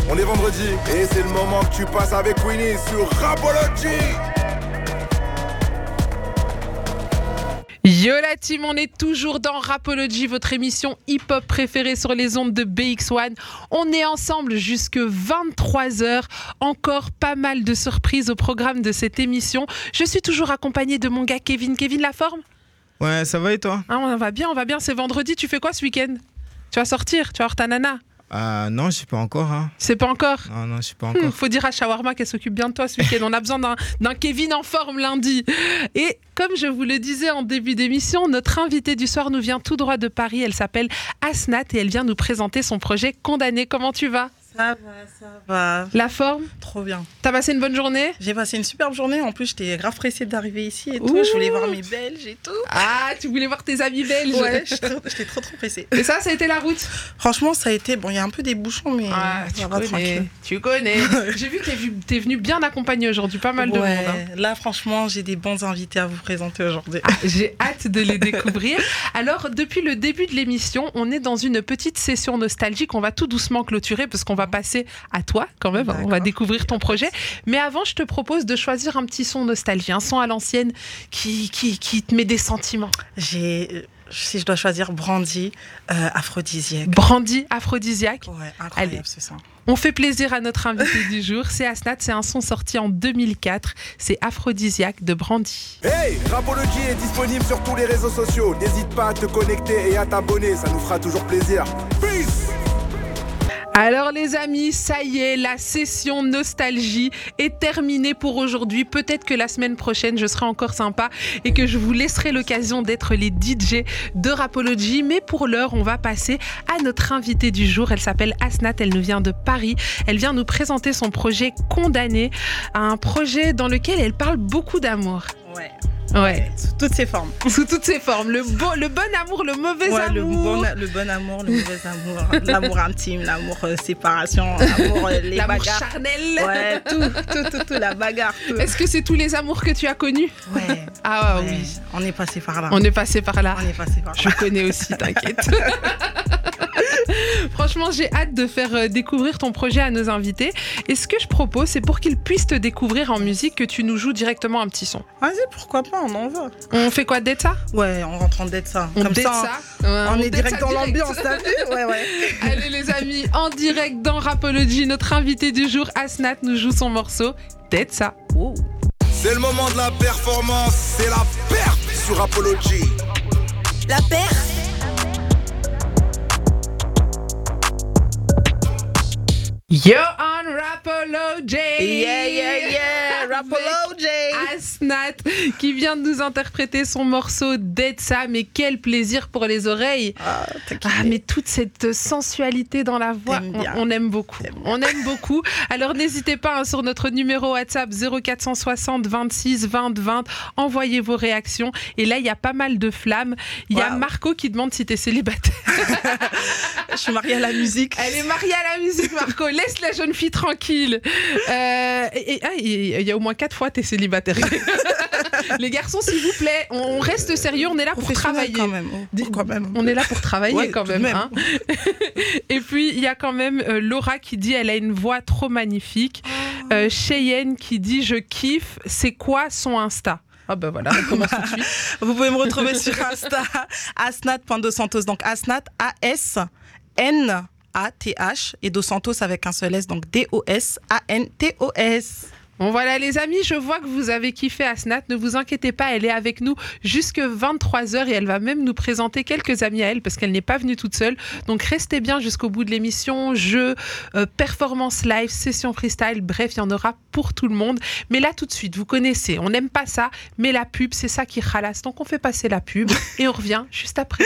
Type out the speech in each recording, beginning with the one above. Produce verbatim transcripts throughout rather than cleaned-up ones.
On est vendredi et c'est le moment que tu passes avec Winnie sur Rapology. Yo la team, on est toujours dans Rapology, votre émission hip-hop préférée sur les ondes de B X one. On est ensemble jusque vingt-trois heures. Encore pas mal de surprises au programme de cette émission. Je suis toujours accompagnée de mon gars Kevin. Kevin, la forme ? Ouais, ça va et toi ? Ah, on va bien, on va bien. C'est vendredi, tu fais quoi ce week-end ? Tu vas sortir ? Tu vas voir ta nana ? Euh, non, je sais pas encore. Hein. C'est pas encore ? Non, non, je sais pas encore. Hum, faut dire à Shawarma qu'elle s'occupe bien de toi ce week-end. On a besoin d'un, d'un Kevin en forme lundi. Et comme je vous le disais en début d'émission, notre invitée du soir nous vient tout droit de Paris. Elle s'appelle Asnat et elle vient nous présenter son projet Condamné. Comment tu vas ? Ça va, ça va. La forme ? Trop bien. T'as passé une bonne journée ? J'ai passé une superbe journée. En plus, j'étais grave pressée d'arriver ici et tout. Ouh. Je voulais voir mes Belges et tout. Ah, tu voulais voir tes amis belges ? Ouais, j'étais trop, j'étais trop, trop pressée. Et ça, ça a été la route ? Franchement, ça a été... Bon, il y a un peu des bouchons, mais Ah, ça tu va connais, tranquille. tu connais. J'ai vu que t'es, vu, t'es venu bien accompagné aujourd'hui, pas mal de Ouais, monde. Hein. là, franchement, j'ai des bons invités à vous présenter aujourd'hui. Ah, j'ai hâte de les découvrir. Alors, depuis le début de l'émission, on est dans une petite session nostalgique. On va tout doucement clôturer parce qu'on va passer à toi quand même. D'accord. On va découvrir ton projet. Mais avant, je te propose de choisir un petit son nostalgie, un son à l'ancienne qui, qui, qui te met des sentiments. J'ai... Si je dois choisir Brandy, euh, aphrodisiaque. Brandy, aphrodisiaque. Ouais, incroyable. Allez. C'est ça. On fait plaisir à notre invité du jour. C'est Asnat, c'est un son sorti en deux mille quatre. C'est Aphrodisiaque de Brandy. Hey, Rapology est disponible sur tous les réseaux sociaux. N'hésite pas à te connecter et à t'abonner, ça nous fera toujours plaisir. Peace. Alors les amis, ça y est, la session nostalgie est terminée pour aujourd'hui. Peut-être que la semaine prochaine, je serai encore sympa et que je vous laisserai l'occasion d'être les D J de Rapology. Mais pour l'heure, on va passer à notre invitée du jour. Elle s'appelle Asnat, elle nous vient de Paris. Elle vient nous présenter son projet Condamné, un projet dans lequel elle parle beaucoup d'amour. Ouais. Ouais. Sous toutes ses formes. Sous toutes ses formes. Le, beau, le bon amour, le mauvais ouais, amour. Le bon, le bon amour, le mauvais amour. L'amour intime, l'amour euh, séparation, l'amour, euh, les l'amour bagarres. charnel. Ouais, tout, tout, tout, tout, la bagarre. Tout. Est-ce que c'est tous les amours que tu as connus ? Ouais. Ah ouais, oui. On est passé par là. On est passé par là. On est passé par là. Je connais aussi, t'inquiète. Franchement, j'ai hâte de faire découvrir ton projet à nos invités. Et ce que je propose, c'est pour qu'ils puissent te découvrir en musique, que tu nous joues directement un petit son. Vas-y, pourquoi pas, on en va. On fait quoi, d'être ça ? Ouais, on rentre en d'être ça. On Comme date ça, ça. on, Ouais, on on est date direct ça dans direct. l'ambiance, t'as vu ? Ouais, ouais. Allez les amis, en direct dans Rapology, notre invité du jour, Asnat, nous joue son morceau D'être ça. Oh. C'est le moment de la performance, c'est la perf sur Rapology. La perf. You're on Rapology. Yeah, yeah, yeah, Rapology. Asnat qui vient de nous interpréter son morceau D'être ça, mais quel plaisir pour les oreilles. Ah, Ah, mais toute cette sensualité dans la voix, on, on aime beaucoup. On aime beaucoup. Alors n'hésitez pas hein, sur notre numéro WhatsApp zéro quatre cent soixante vingt-six vingt vingt, envoyez vos réactions. Et là, il y a pas mal de flammes. Il y a wow. Marco qui demande si t'es célibataire. Je suis mariée à la musique. Elle est mariée à la musique, Marco. Laisse la jeune fille tranquille. Euh, et, et, ah, il y a au moins quatre fois t'es célibataire. Les garçons, s'il vous plaît, on reste sérieux. On est là pour travailler. Quand même. Oh, quand même. On est là pour travailler ouais, quand même. même. Hein. Et puis il y a quand même euh, Laura qui dit elle a une voix trop magnifique. Oh. Euh, Cheyenne qui dit je kiffe. C'est quoi son Insta? Ah ben voilà, on commence tout de suite. Vous pouvez me retrouver sur Insta, asnat point dos santos. Donc Asnat, A S N A T H et Dos Santos avec un seul S, donc D O S A N T O S. Bon voilà les amis, je vois que vous avez kiffé Asnat, ne vous inquiétez pas, elle est avec nous jusque vingt-trois heures et elle va même nous présenter quelques amis à elle parce qu'elle n'est pas venue toute seule. Donc restez bien jusqu'au bout de l'émission, jeux, euh, performance live, session freestyle, bref, il y en aura pour tout le monde. Mais là tout de suite, vous connaissez, on n'aime pas ça, mais la pub, c'est ça qui ralasse. Donc on fait passer la pub et on revient juste après.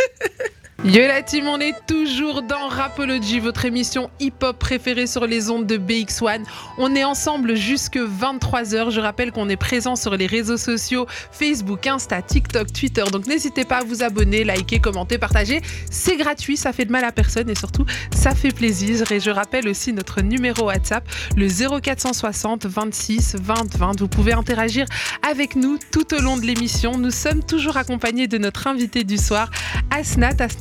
Yo la team, on est toujours dans Rapology, votre émission hip-hop préférée sur les ondes de B X one. On est ensemble jusque vingt-trois heures. Je rappelle qu'on est présent sur les réseaux sociaux Facebook, Insta, TikTok, Twitter. Donc n'hésitez pas à vous abonner, liker, commenter, partager. C'est gratuit, ça fait de mal à personne et surtout, ça fait plaisir. Et je rappelle aussi notre numéro WhatsApp, le zéro quatre cent soixante vingt-six vingt vingt. Vous pouvez interagir avec nous tout au long de l'émission. Nous sommes toujours accompagnés de notre invité du soir, Asnat. Asnat,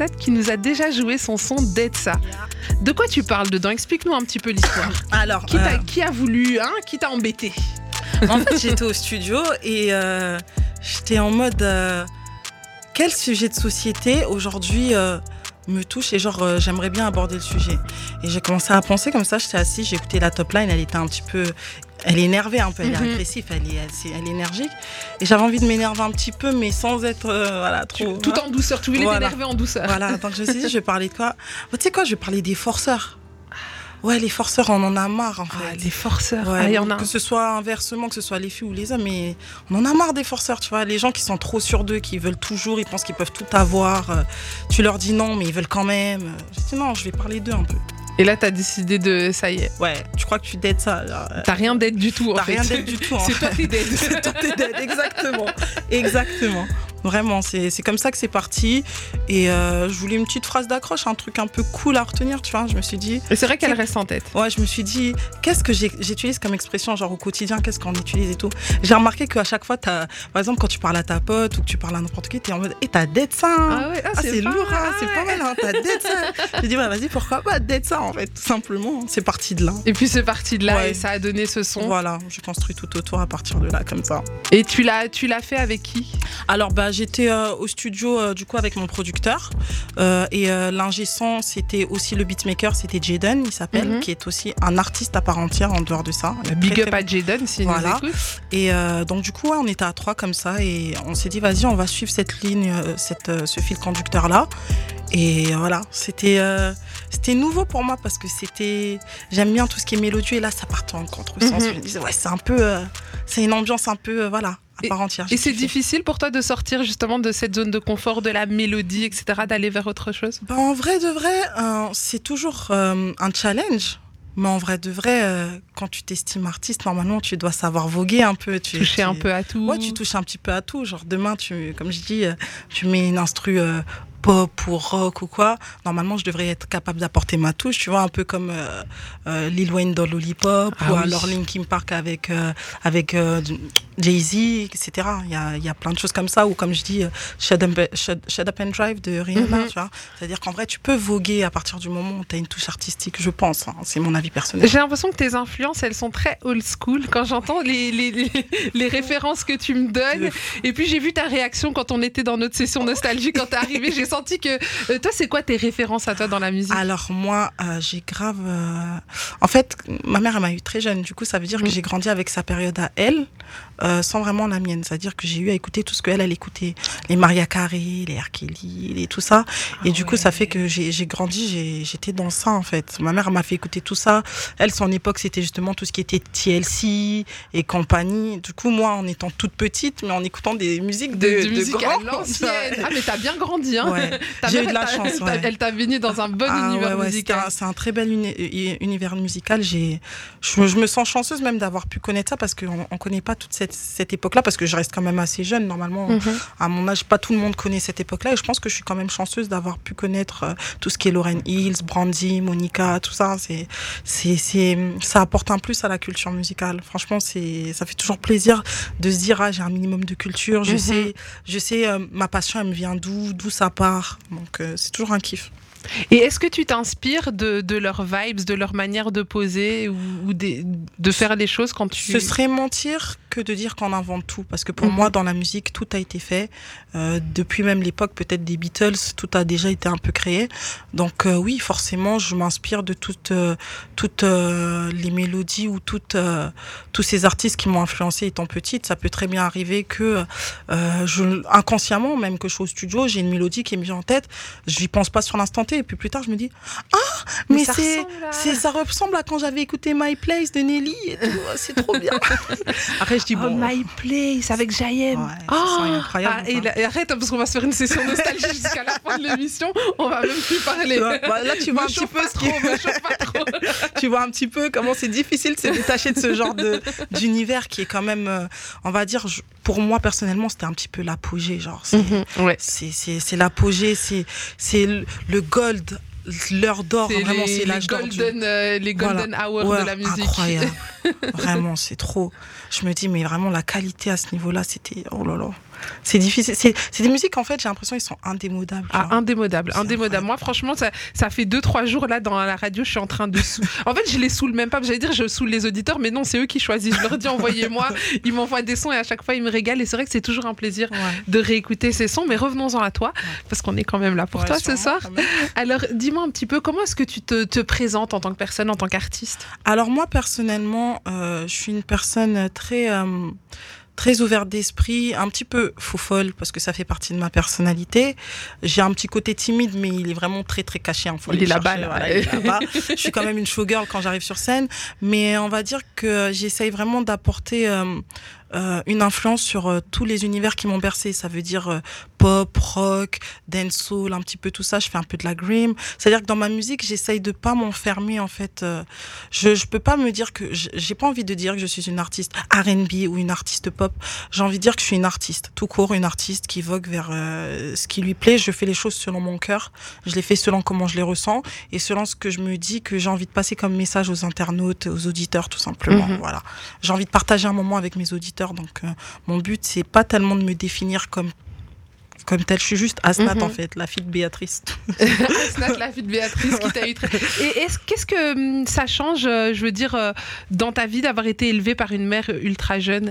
Asnat qui nous a déjà joué son son d'Etsa. De quoi tu parles dedans? Explique-nous un petit peu l'histoire. Alors, Qui, t'a- euh, qui a voulu, hein, qui t'a embêté? en fait, j'étais au studio et euh, j'étais en mode euh, quel sujet de société aujourd'hui euh, me touche et genre euh, j'aimerais bien aborder le sujet. Et j'ai commencé à penser comme ça, j'étais assise, j'ai écouté la top line, elle était un petit peu, elle est énervée un peu, elle est Mhm. agressive, elle est, elle, c'est- elle est énergique. Et j'avais envie de m'énerver un petit peu, mais sans être euh, voilà trop. Tout voilà. en douceur, tu voulais Voilà. t'énerver en douceur. Voilà, donc je me suis dit, je vais parler de quoi? Tu sais quoi, je vais parler des forceurs. Ouais, les forceurs, on en a marre en fait. Ah, les forceurs, Ouais, ah, il y en a un. que ce soit inversement, que ce soit les filles ou les hommes, mais on en a marre des forceurs, tu vois. Les gens qui sont trop sûrs d'eux, qui veulent toujours, ils pensent qu'ils peuvent tout avoir. euh, Tu leur dis non, mais ils veulent quand même. J'ai dit non, je vais parler d'eux un peu. Et là, t'as décidé de. Ça y est. Ouais, tu crois que tu dead ça là, euh, T'as rien d'aide du tout, en T'as fait. rien d'aide du tout. hein. C'est toi qui dead. C'est toi t'es dead, exactement. Exactement. Vraiment, c'est c'est comme ça que c'est parti. Et euh, je voulais une petite phrase d'accroche, un truc un peu cool à retenir, tu vois. Je me suis dit, Et c'est vrai qu'elle reste en tête. ouais, je me suis dit, qu'est-ce que j'ai- j'utilise comme expression, genre au quotidien, qu'est-ce qu'on utilise et tout. J'ai remarqué qu'à chaque fois, t'as, par exemple, quand tu parles à ta pote ou que tu parles à n'importe qui, t'es en mode, et t'as dead ça. hein. Ah ouais, ah, Ah, c'est pas lourd, mal, hein, ah c'est ouais. pas mal, hein, t'as dead ça. J'ai dit, ouais, vas-y, pourquoi pas dead ça, en fait, tout simplement. C'est parti de là. Et puis c'est parti de là Ouais. et ça a donné ce son. Voilà, je construis tout autour à partir de là, comme ça. Et tu l'as, tu l'as fait avec qui? Alors, bah, j'étais euh, au studio, euh, du coup, avec mon producteur. Euh, et euh, l'ingé son, c'était aussi le beatmaker, c'était Jaden, il s'appelle, Mhm. qui est aussi un artiste à part entière en dehors de ça. Il est Big très, up très à Jaden s'il Voilà. nous écoute. Et euh, donc du coup, ouais, on était à trois comme ça et on s'est dit, vas-y, on va suivre cette ligne, euh, cette, euh, ce fil conducteur-là. Et voilà, c'était euh, c'était nouveau pour moi parce que c'était, j'aime bien tout ce qui est mélodieux et là, ça partait en contresens. Mhm. Je me disais, ouais, c'est un peu, euh, c'est une ambiance un peu, euh, voilà, à part entière. Et J'ai c'est kiffé. difficile pour toi de sortir justement de cette zone de confort, de la mélodie, et cetera, d'aller vers autre chose? Ben, en vrai de vrai, euh, c'est toujours euh, un challenge. Mais en vrai de vrai, euh, quand tu t'estimes artiste, normalement, tu dois savoir voguer un peu. Tu, Toucher tu- un peu à tout. Ouais, tu touches un petit peu à tout. Genre demain, tu, comme je dis, euh, tu mets une instru euh, pop ou rock ou quoi. Normalement, je devrais être capable d'apporter ma touche. Tu vois, un peu comme euh, euh, Lil Wayne dans Lollipop Ah ou oui. alors Linkin Park avec euh, avec euh, Jay-Z, et cetera. Il y a, il y a plein de choses comme ça. Ou comme je dis, euh, Shut Up, Shut, Shut Up and Drive de Rihanna. Mhm. Tu vois. C'est-à-dire qu'en vrai, tu peux voguer à partir du moment où tu as une touche artistique, je pense. hein. C'est mon avis personnel. J'ai l'impression que tes influences, elles sont très old school quand j'entends les, les, les, les références que tu me donnes. De Et puis j'ai vu ta réaction quand on était dans notre session nostalgie, quand t'es arrivé. J'ai senti que... euh, toi, c'est quoi tes références à toi dans la musique? Alors moi, euh, j'ai grave... euh, En fait, ma mère, elle m'a eu très jeune. Du coup, ça veut dire Mm. que j'ai grandi avec sa période à elle, euh, sans vraiment la mienne. C'est-à-dire que j'ai eu à écouter tout ce qu'elle, elle écoutait. Les Mariah Carey, les R. Kelly, et tout ça. Et du coup, ça fait que j'ai j'ai grandi, j'ai- j'étais dans ça, en fait. Ma mère elle m'a fait écouter tout ça. Elle, son époque, c'était justement tout ce qui était T L C et compagnie. Du coup, moi, en étant toute petite, mais en écoutant des musiques de, de, de de musique grands. à l'ancienne. Ah, mais t'as bien grandi, hein. Ouais. Ta J'ai mère, eu de la elle t'a- chance, elle t'a- ouais. Elle t'a baigné dans un bon Ah, univers ouais, ouais, c'était musical. un- c'est un très bel uni- uni- univers musical. J'ai, je, je me sens chanceuse même d'avoir pu connaître ça parce qu'on ne connaît pas toute cette, cette époque-là parce que je reste quand même assez jeune. Normalement, Mhm. à mon âge, pas tout le monde connaît cette époque-là et je pense que je suis quand même chanceuse d'avoir pu connaître euh, tout ce qui est Lauryn Hills, Brandy, Monica, tout ça. C'est, c'est, c'est, ça apporte un plus à la culture musicale. Franchement, c'est, ça fait toujours plaisir de se dire, ah, j'ai un minimum de culture. Je Mhm. sais, je sais, euh, ma passion, elle me vient d'où, d'où ça part. Donc, euh, c'est toujours un kiff. Et est-ce que tu t'inspires de, de leurs vibes, de leur manière de poser ou, ou des- de faire les choses quand tu... Ce serait mentir que de dire qu'on invente tout. Parce que pour Mhm. moi, dans la musique, tout a été fait. Euh, depuis même l'époque peut-être des Beatles, tout a déjà été un peu créé. Donc euh, oui, forcément, je m'inspire de toutes, euh, toutes euh, les mélodies ou toutes, euh, tous ces artistes qui m'ont influencé étant petite. Ça peut très bien arriver que, euh, je, inconsciemment, même que je suis au studio, j'ai une mélodie qui me vient en tête. Je n'y pense pas sur l'instant T. Et puis plus tard, je me dis, ah, mais, ça c'est... ressemble à- C'est, ça ressemble à quand j'avais écouté My Place de Nelly et tout. C'est trop bien. Après, je dis, Oh, bon. My Place avec Jaïem. Ouais, ça sent incroyable, Ah, et ça. là- et arrête, hein, parce qu'on va se faire une session nostalgie jusqu'à la fin de l'émission. On va même plus parler. Tu vois, bah, là, tu vois Me un petit chauffe peu pas ce qui trop, me chauffe pas trop. tu vois un petit peu comment c'est difficile de se détacher de ce genre de, d'univers qui est quand même, euh, on va dire, je- pour moi personnellement, c'était un petit peu l'apogée. Genre, c'est, Mhm, ouais. c'est, c'est, c'est l'apogée, c'est, c'est le, le gold, l'heure d'or, C'est vraiment, les, c'est l'âge les d'or. du- golden, euh, les golden hours Ouais, de la musique. incroyable. Vraiment, c'est trop. Je me dis, mais vraiment, la qualité à ce niveau-là, c'était, oh là là. C'est difficile. C'est, c'est des musiques, en fait, j'ai l'impression qu'ils sont indémodables. Ah, genre. indémodable, C'est indémodable. incroyable. Moi, franchement, ça, ça fait deux, trois jours là dans la radio, je suis en train de sou... En fait, je les saoule même pas. J'allais dire, je saoule les auditeurs, mais non, c'est eux qui choisissent. Je leur dis, envoyez-moi. Ils m'envoient des sons et à chaque fois, ils me régalent. Et c'est vrai que c'est toujours un plaisir Ouais. de réécouter ces sons. Mais revenons-en à toi, parce qu'on est quand même là pour Ouais, toi ce sûrement, soir. quand même. Alors, dis-moi un petit peu, comment est-ce que tu te, te présentes en tant que personne, en tant qu'artiste? Alors moi personnellement, euh, je suis une personne très euh, très ouverte d'esprit, un petit peu faux-folle parce que ça fait partie de ma personnalité. J'ai un petit côté timide, mais il est vraiment très très caché. Hein, faut Il aller est le là-bas, chercher, là. voilà, il est là-bas. Je suis quand même une showgirl quand j'arrive sur scène, mais on va dire que j'essaye vraiment d'apporter euh, euh, une influence sur euh, tous les univers qui m'ont bercé. Ça veut dire euh, pop, rock, dancehall, un petit peu tout ça. Je fais un peu de la grime. C'est-à-dire que dans ma musique, j'essaye de pas m'enfermer en fait. Euh, je je peux pas me dire que j'ai pas envie de dire que je suis une artiste R and B ou une artiste pop. J'ai envie de dire que je suis une artiste, tout court, une artiste qui vogue vers euh, ce qui lui plaît. Je fais les choses selon mon cœur. Je les fais selon comment je les ressens et selon ce que je me dis que j'ai envie de passer comme message aux internautes, aux auditeurs, tout simplement. Mhm. Voilà. J'ai envie de partager un moment avec mes auditeurs. Donc, euh, mon but, c'est pas tellement de me définir comme comme telle. Je suis juste Asnat, Mhm. en fait, la fille de Béatrice. Asnat, la fille de Béatrice qui t'a eu très... Et est-ce, qu'est-ce que hum, ça change, euh, je veux dire, euh, dans ta vie d'avoir été élevée par une mère ultra jeune?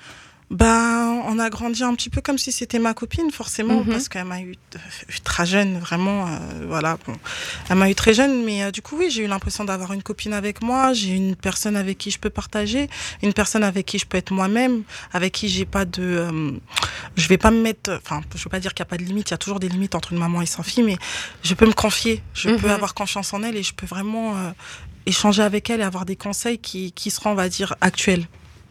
Ben, on a grandi un petit peu comme si c'était ma copine, forcément, Mhm. parce qu'elle m'a eu, euh, eu très jeune, vraiment. Euh, voilà, bon. Elle m'a eu très jeune, mais euh, du coup, oui, j'ai eu l'impression d'avoir une copine avec moi. J'ai une personne avec qui je peux partager, une personne avec qui je peux être moi-même, avec qui j'ai pas de. Euh, je vais pas me mettre. Enfin, je veux pas dire qu'il y a pas de limite. Il y a toujours des limites entre une maman et son fille, mais je peux me confier. Je Mhm. peux avoir confiance en elle et je peux vraiment euh, échanger avec elle et avoir des conseils qui, qui seront, on va dire, actuels.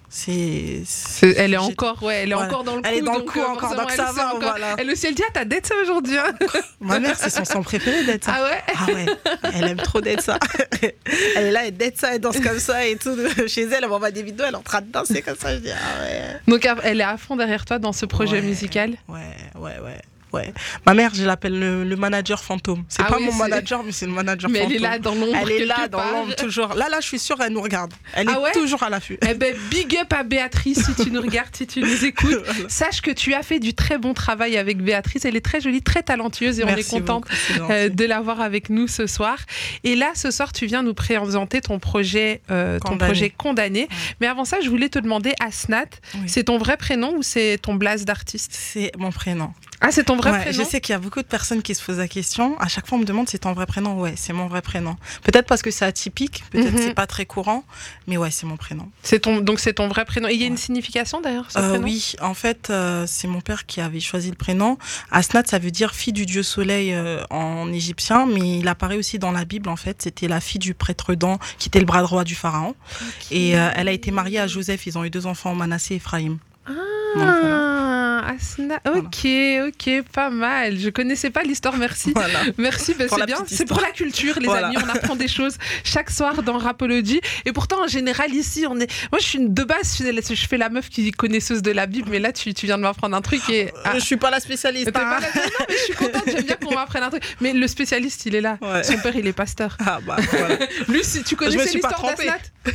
C'est, C'est- elle est j'ai- encore, ouais, elle est Voilà. encore dans le coup. Elle est dans le donc, coup euh, encore, forcément, donc elle ça sait va, encore. voilà. Elle aussi, elle dit, ah, t'as dette ça aujourd'hui, hein? Ma mère, c'est son son préféré d'être ça. Ah ouais? Ah ouais, elle aime trop d'être ça. Elle est là, elle d'être ça, elle danse comme ça et tout. Chez elle, elle m'envoie des vidéos, elle est en train de danser comme ça. Je dis, ah ouais. Donc, elle est à fond derrière toi dans ce projet Ouais, musical. Ouais, ouais, ouais. Ouais. Ma mère, je l'appelle le, le manager fantôme. C'est Ah pas oui, mon c'est- manager, mais c'est le manager Mais fantôme. elle est là dans l'ombre. Elle est quelque là dans part. l'ombre, toujours. Là, là, je suis sûre, elle nous regarde. Elle Ah est ouais toujours à l'affût. Eh ben, big up à Béatrice si tu nous regardes, si tu nous écoutes. Voilà. Sache que tu as fait du très bon travail avec Béatrice. Elle est très jolie, très talentueuse et on est Merci contente beaucoup, c'est gentil. euh, de l'avoir avec nous ce soir. Et là, ce soir, tu viens nous présenter ton projet, euh, ton Condamné. projet Condamné. Mais avant ça, je voulais te demander, Asnat, Oui. c'est ton vrai prénom ou c'est ton blaze d'artiste? C'est mon prénom. Ah, c'est ton vrai Ouais, prénom? je sais qu'il y a beaucoup de personnes qui se posent la question. À chaque fois, on me demande c'est ton vrai prénom. Ouais, c'est mon vrai prénom. Peut-être parce que c'est atypique, peut-être Mhm. que c'est pas très courant, mais ouais, c'est mon prénom. C'est ton, donc c'est ton vrai prénom. Et il y a une Ouais. signification d'ailleurs, ce Euh, prénom? oui, en fait, euh, c'est mon père qui avait choisi le prénom. Asnat, ça veut dire fille du dieu soleil euh, en égyptien, mais il apparaît aussi dans la Bible. En fait, c'était la fille du prêtre Dan, qui était le bras droit du pharaon. Et euh, elle a été mariée à Joseph. Ils ont eu deux enfants, Manassé et Ephraïm. Donc, voilà. Ah, Asna, ok, ok, pas mal. Je connaissais pas l'histoire, merci. Voilà. Merci, bah, Pour c'est la bien. petite C'est pour histoire. la culture, les Voilà. amis. On apprend des choses chaque soir dans Rapology. Et pourtant, en général, ici, on est. Moi, je suis une, de base, je fais- je fais la meuf qui est connaisseuse de la Bible, mais là, tu, tu viens de m'apprendre un truc et. Ah, Euh, je suis pas la spécialiste. t'es pas hein. là- non, mais je suis contente. J'aime bien qu'on m'apprenne un truc. Mais le spécialiste, il est là. Ouais. Son père, il est pasteur. Ah bah voilà. Lui, si tu me connaissais suis pas l'histoire trompée. d'Asnat.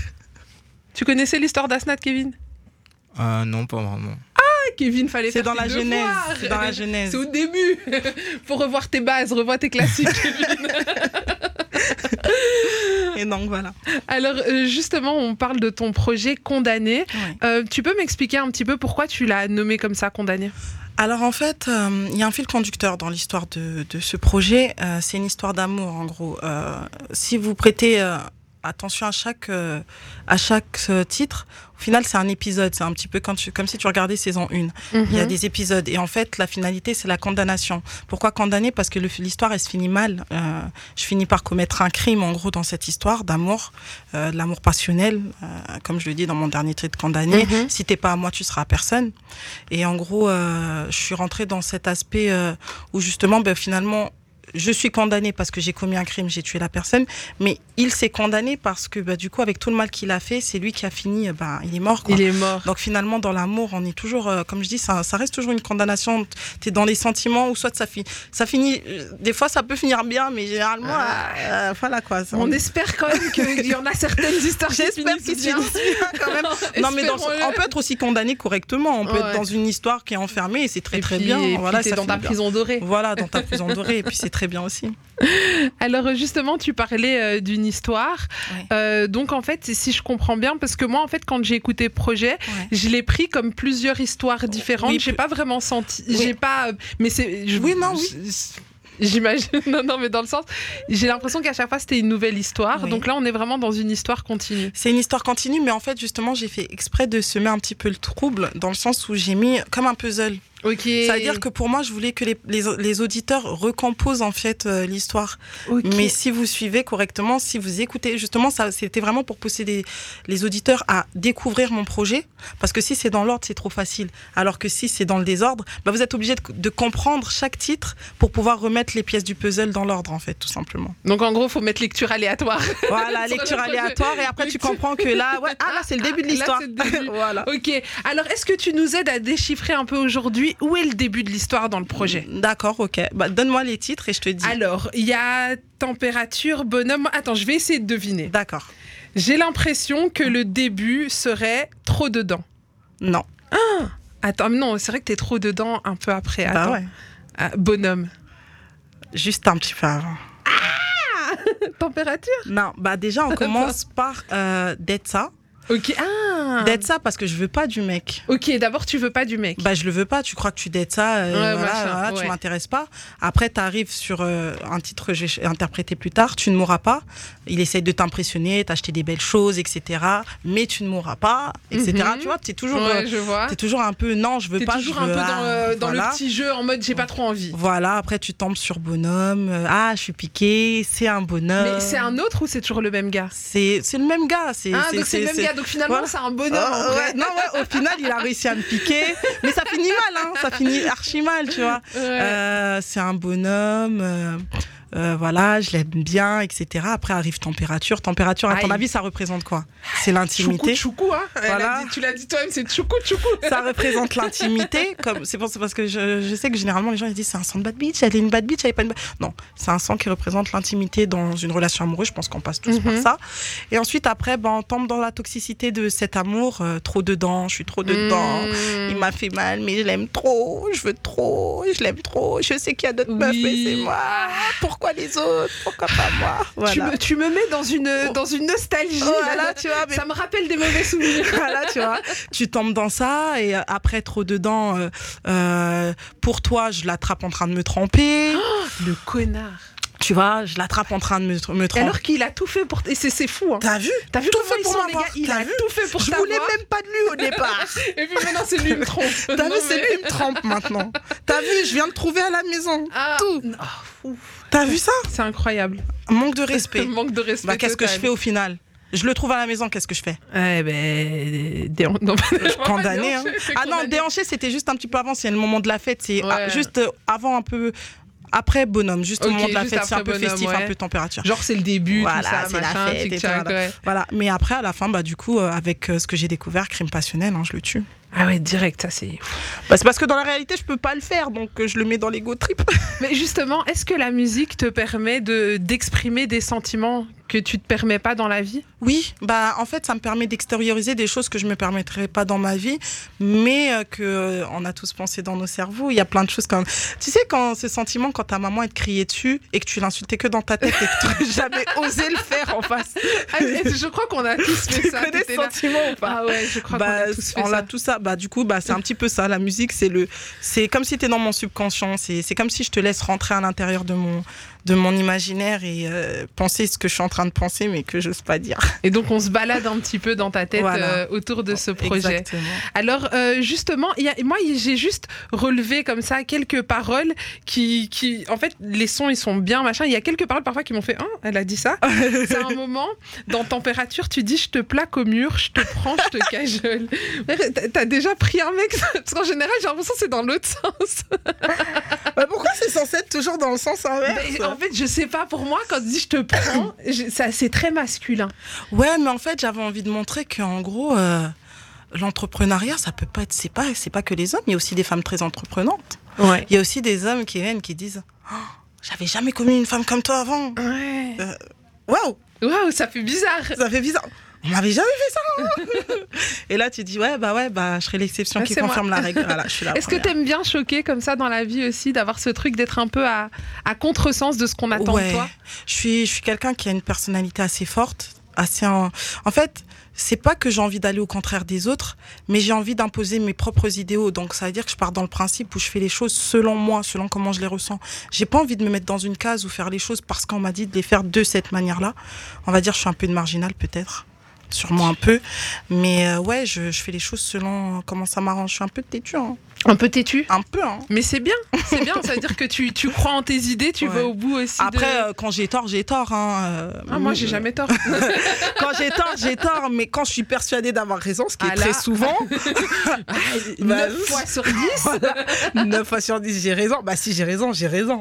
Tu connaissais l'histoire d'Asnat, Kevin? Euh, non, pas vraiment. Kevin, fallait C'est faire dans tes la Genèse. devoirs. C'est dans la Genèse. C'est au début. Faut revoir tes bases, revoir tes classiques, Kevin. Et donc voilà. Alors, euh, justement, on parle de ton projet Condamné. Ouais. Euh, tu peux m'expliquer un petit peu pourquoi tu l'as nommé comme ça, Condamné? Alors en fait, euh, il y a un fil conducteur dans l'histoire de, de ce projet. Euh, c'est une histoire d'amour en gros. Euh, si vous prêtez euh, attention à chaque euh, à chaque euh, titre, au final c'est un épisode. C'est un petit peu quand tu, comme si tu regardais saison un. Il y a des épisodes et en fait la finalité c'est la condamnation. Pourquoi condamner? Parce que le, l'histoire elle se finit mal. Euh, je finis par commettre un crime en gros dans cette histoire d'amour, euh, de l'amour passionnel, euh, comme je le dis dans mon dernier titre Condamné. Mhm. Si t'es pas à moi, tu seras à personne. Et en gros, euh, je suis rentrée dans cet aspect euh, où justement, ben, finalement, je suis condamnée parce que j'ai commis un crime, j'ai tué la personne, mais il s'est condamné parce que bah, du coup, avec tout le mal qu'il a fait, c'est lui qui a fini, bah, il est mort. Quoi. Il est mort. Donc finalement, dans l'amour, on est toujours, euh, comme je dis, ça, ça reste toujours une condamnation. Tu es dans les sentiments ou soit ça, fi- ça finit, euh, des fois ça peut finir bien, mais généralement, ah. euh, voilà quoi. Ça, on, on espère quand même qu'il y en a certaines histoires qui J'espère qu'ils bien. finissent bien quand même. Non, mais dans, on peut être aussi condamné correctement, on peut ouais. être dans une histoire qui est enfermée et c'est très et très puis, bien. Et voilà, puis t'es dans ta bien. prison dorée. Voilà, dans ta prison dorée et puis c'est très bien aussi. Alors justement, tu parlais euh, d'une histoire. Ouais. Euh, donc en fait, si je comprends bien, parce que moi en fait, quand j'ai écouté Projet, ouais. je l'ai pris comme plusieurs histoires différentes. Oui, j'ai pas vraiment senti. Oui. J'ai pas. Mais c'est. Je, oui, non, oui. Je, J'imagine, non, non, mais dans le sens, j'ai l'impression qu'à chaque fois c'était une nouvelle histoire. Oui. Donc là, on est vraiment dans une histoire continue. C'est une histoire continue, mais en fait, justement, j'ai fait exprès de semer un petit peu le trouble, dans le sens où j'ai mis comme un puzzle. Okay. Ça veut dire que pour moi, je voulais que les, les, les auditeurs recomposent en fait euh, l'histoire. Okay. Mais si vous suivez correctement, si vous écoutez, justement, ça, c'était vraiment pour pousser les, les auditeurs à découvrir mon projet. Parce que si c'est dans l'ordre, c'est trop facile. Alors que si c'est dans le désordre, bah, vous êtes obligé de, de comprendre chaque titre pour pouvoir remettre les pièces du puzzle dans l'ordre, en fait, tout simplement. Donc en gros, il faut mettre lecture aléatoire. Voilà, lecture aléatoire. Et après, tu comprends que là, ouais, ah, là, c'est le début de l'histoire. Là, c'est le début. Voilà. Ok. Alors, est-ce que tu nous aides à déchiffrer un peu aujourd'hui où est le début de l'histoire dans le projet? D'accord, ok. Bah, donne-moi les titres et je te dis. Alors, il y a température, bonhomme. Attends, je vais essayer de deviner. D'accord. J'ai l'impression que le début serait trop dedans. Non. Ah Attends, non, c'est vrai que t'es trop dedans un peu après. Bah Attends. ouais. Ah, bonhomme. Juste un petit peu avant. Ah Température? Non, bah déjà, on commence par euh, Detsa. Ok, ah D'être ça parce que je veux pas du mec. Ok, d'abord tu veux pas du mec. Bah je le veux pas, tu crois que tu dettes ça, euh, ouais, voilà, machin, voilà ouais. Tu m'intéresses pas. Après t'arrives sur euh, un titre que j'ai interprété plus tard, Tu ne mourras pas. Il essaie de t'impressionner, t'acheter des belles choses, et cetera. Mais tu ne mourras pas, et cetera. Mm-hmm. Tu vois, t'es toujours, ouais, euh, je vois. t'es toujours un peu non, je veux t'es pas. toujours je veux, un peu ah, dans, euh, dans voilà. le petit jeu en mode j'ai pas trop envie. Voilà, après tu tombes sur bonhomme, euh, ah je suis piqué, c'est un bonhomme. Mais c'est un autre ou c'est toujours le même gars? C'est c'est le même gars. C'est, ah c'est, donc c'est, c'est le même c'est... gars, donc finalement voilà. C'est un bonhomme. Oh, en vrai. Ouais, non, ouais, au final, il a réussi à me piquer. Mais ça finit mal, hein. Ça finit archi mal, tu vois. Ouais. Euh, c'est un bonhomme. Euh, euh, voilà, je l'aime bien, et cetera. Après arrive température. Température, à ton Aïe. avis, ça représente quoi? C'est l'intimité. Choucou, choucou, hein. Voilà. Dit, tu l'as dit toi-même, c'est choucou, choucou. Ça représente l'intimité. Comme, c'est, pour, c'est parce que je, je sais que généralement, les gens ils disent c'est un son de bad bitch, elle est une bad bitch, elle est pas une bad... Non, c'est un son qui représente l'intimité dans une relation amoureuse. Je pense qu'on passe tous mm-hmm. par ça. Et ensuite, après, ben, on tombe dans la toxicité de cet amour. Euh, trop dedans, je suis trop dedans. Mm. Il m'a fait mal, mais je l'aime trop. Je veux trop, je l'aime trop. Je sais qu'il y a d'autres oui. meufs, mais c'est moi. Pourquoi les autres? Pourquoi pas moi? Voilà. Tu, me, tu me mets dans une, dans une nostalgie. Oh, là, là, tu vois, mais... Ça me rappelle des mauvais souvenirs. Voilà, tu vois. Tu tombes dans ça et après, trop dedans, euh, euh, pour toi, je l'attrape en train de me tremper. Oh, le connard. Tu vois, je l'attrape en train de me, me tremper. Alors qu'il a tout fait pour... Et c'est, c'est fou, hein. T'as vu? T'as vu tout fait pour moi, Il T'as a vu tout fait pour Je t'avoir. voulais même pas de lui au départ. Et puis maintenant, c'est lui qui me trompe. T'as non, vu, mais... c'est lui qui me trompe maintenant. T'as vu, je viens de trouver à la maison. Ah. Tout. Oh, T'as vu ça? C'est incroyable. Manque de respect. Manque de respect. Bah, qu'est-ce total. que je fais au final? Je le trouve à la maison, qu'est-ce que je fais? Eh ben, déhan... non, condamné. Hein. Ah non, déhanché, c'était juste un petit peu avant, c'est le moment de la fête, c'est ouais. juste avant un peu. Après bonhomme, juste okay, au moment de la fête, c'est un peu bonhomme, festif, ouais. un peu température. Genre c'est le début, voilà, tout ça, c'est machin, la fête, et tchac, voilà. Ouais. voilà. Mais après, à la fin, bah du coup, euh, avec euh, ce que j'ai découvert, crime passionnel, hein, je le tue. Ah ouais, direct, ça c'est... Bah, c'est parce que dans la réalité, je peux pas le faire, donc euh, je le mets dans l'ego trip. Mais justement, est-ce que la musique te permet de, d'exprimer des sentiments que tu te permets pas dans la vie? Oui, bah en fait, ça me permet d'extérioriser des choses que je me permettrais pas dans ma vie, mais euh, que euh, on a tous pensé dans nos cerveaux. Il y a plein de choses comme, tu sais, quand ce sentiment, quand ta maman elle te criait dessus et que tu l'insultais que dans ta tête et que tu n'aurais jamais osé le faire en face. Ah, je crois qu'on a tous fait tu ça. Tu connais ce sentiment ou pas? Ah ouais, je crois bah, qu'on a tous fait on ça. On a tout ça. Bah du coup, bah c'est un petit peu ça. La musique, c'est le, c'est comme si t'es dans mon subconscient. C'est, c'est comme si je te laisse rentrer à l'intérieur de mon de mon imaginaire et euh, penser ce que je suis en train de penser, mais que j'ose pas dire. Et donc, on se balade un petit peu dans ta tête Voilà. euh, autour de ce projet. Exactement. Alors, euh, justement, y a, moi, j'ai juste relevé comme ça quelques paroles qui, qui, en fait, les sons, ils sont bien, machin. Il y a quelques paroles parfois qui m'ont fait, hein, elle a dit ça. C'est un moment, dans Température, tu dis, je te plaque au mur, je te prends, je te cajole. T'as- T'as déjà pris un mec, parce qu'en général, j'ai l'impression que c'est dans l'autre sens. Bah, pourquoi c'est censé être toujours dans le sens inverse? Mais en fait, je sais pas, pour moi, quand tu dis je te prends, je- ça, c'est très masculin. Ouais, mais en fait, j'avais envie de montrer qu'en gros, euh, l'entrepreneuriat, ça peut pas être, c'est pas, c'est pas que les hommes. Il y a aussi des femmes très entreprenantes. Ouais. Il y a aussi des hommes qui viennent, qui disent, oh, j'avais jamais connu une femme comme toi avant. Ouais. Euh, Waouh, Waouh, ça fait bizarre. ça fait bizarre. On m'avait jamais fait ça. Et là, tu dis, ouais, bah ouais, bah, je serai l'exception Ouais, qui c'est confirme la règle. Voilà, je suis la Est-ce que première. t'aimes bien choquer comme ça dans la vie aussi, d'avoir ce truc d'être un peu à, à contresens de ce qu'on attend Ouais. de toi? Je suis, je suis quelqu'un qui a une personnalité assez forte, assez en, en fait, c'est pas que j'ai envie d'aller au contraire des autres, mais j'ai envie d'imposer mes propres idéaux. Donc ça veut dire que je pars dans le principe où je fais les choses selon moi, selon comment je les ressens. J'ai pas envie de me mettre dans une case ou faire les choses parce qu'on m'a dit de les faire de cette manière-là. On va dire je suis un peu une marginale peut-être. Sûrement un peu, mais euh, ouais, je, je fais les choses selon comment ça m'arrange. Je suis un peu têtue, hein. Un peu têtu. Un peu. Hein. Mais c'est bien, c'est bien, ça veut dire que tu, tu crois en tes idées, tu Ouais. vas au bout aussi. Après, de... euh, quand j'ai tort, j'ai tort. Hein, euh, Ah, moi, j'ai jamais tort. Quand j'ai tort, j'ai tort, mais quand je suis persuadée d'avoir raison, ce qui Ah est là. très souvent, Ah, Bah, neuf fois sur dix. neuf fois sur dix, j'ai raison. Bah si j'ai raison, j'ai raison.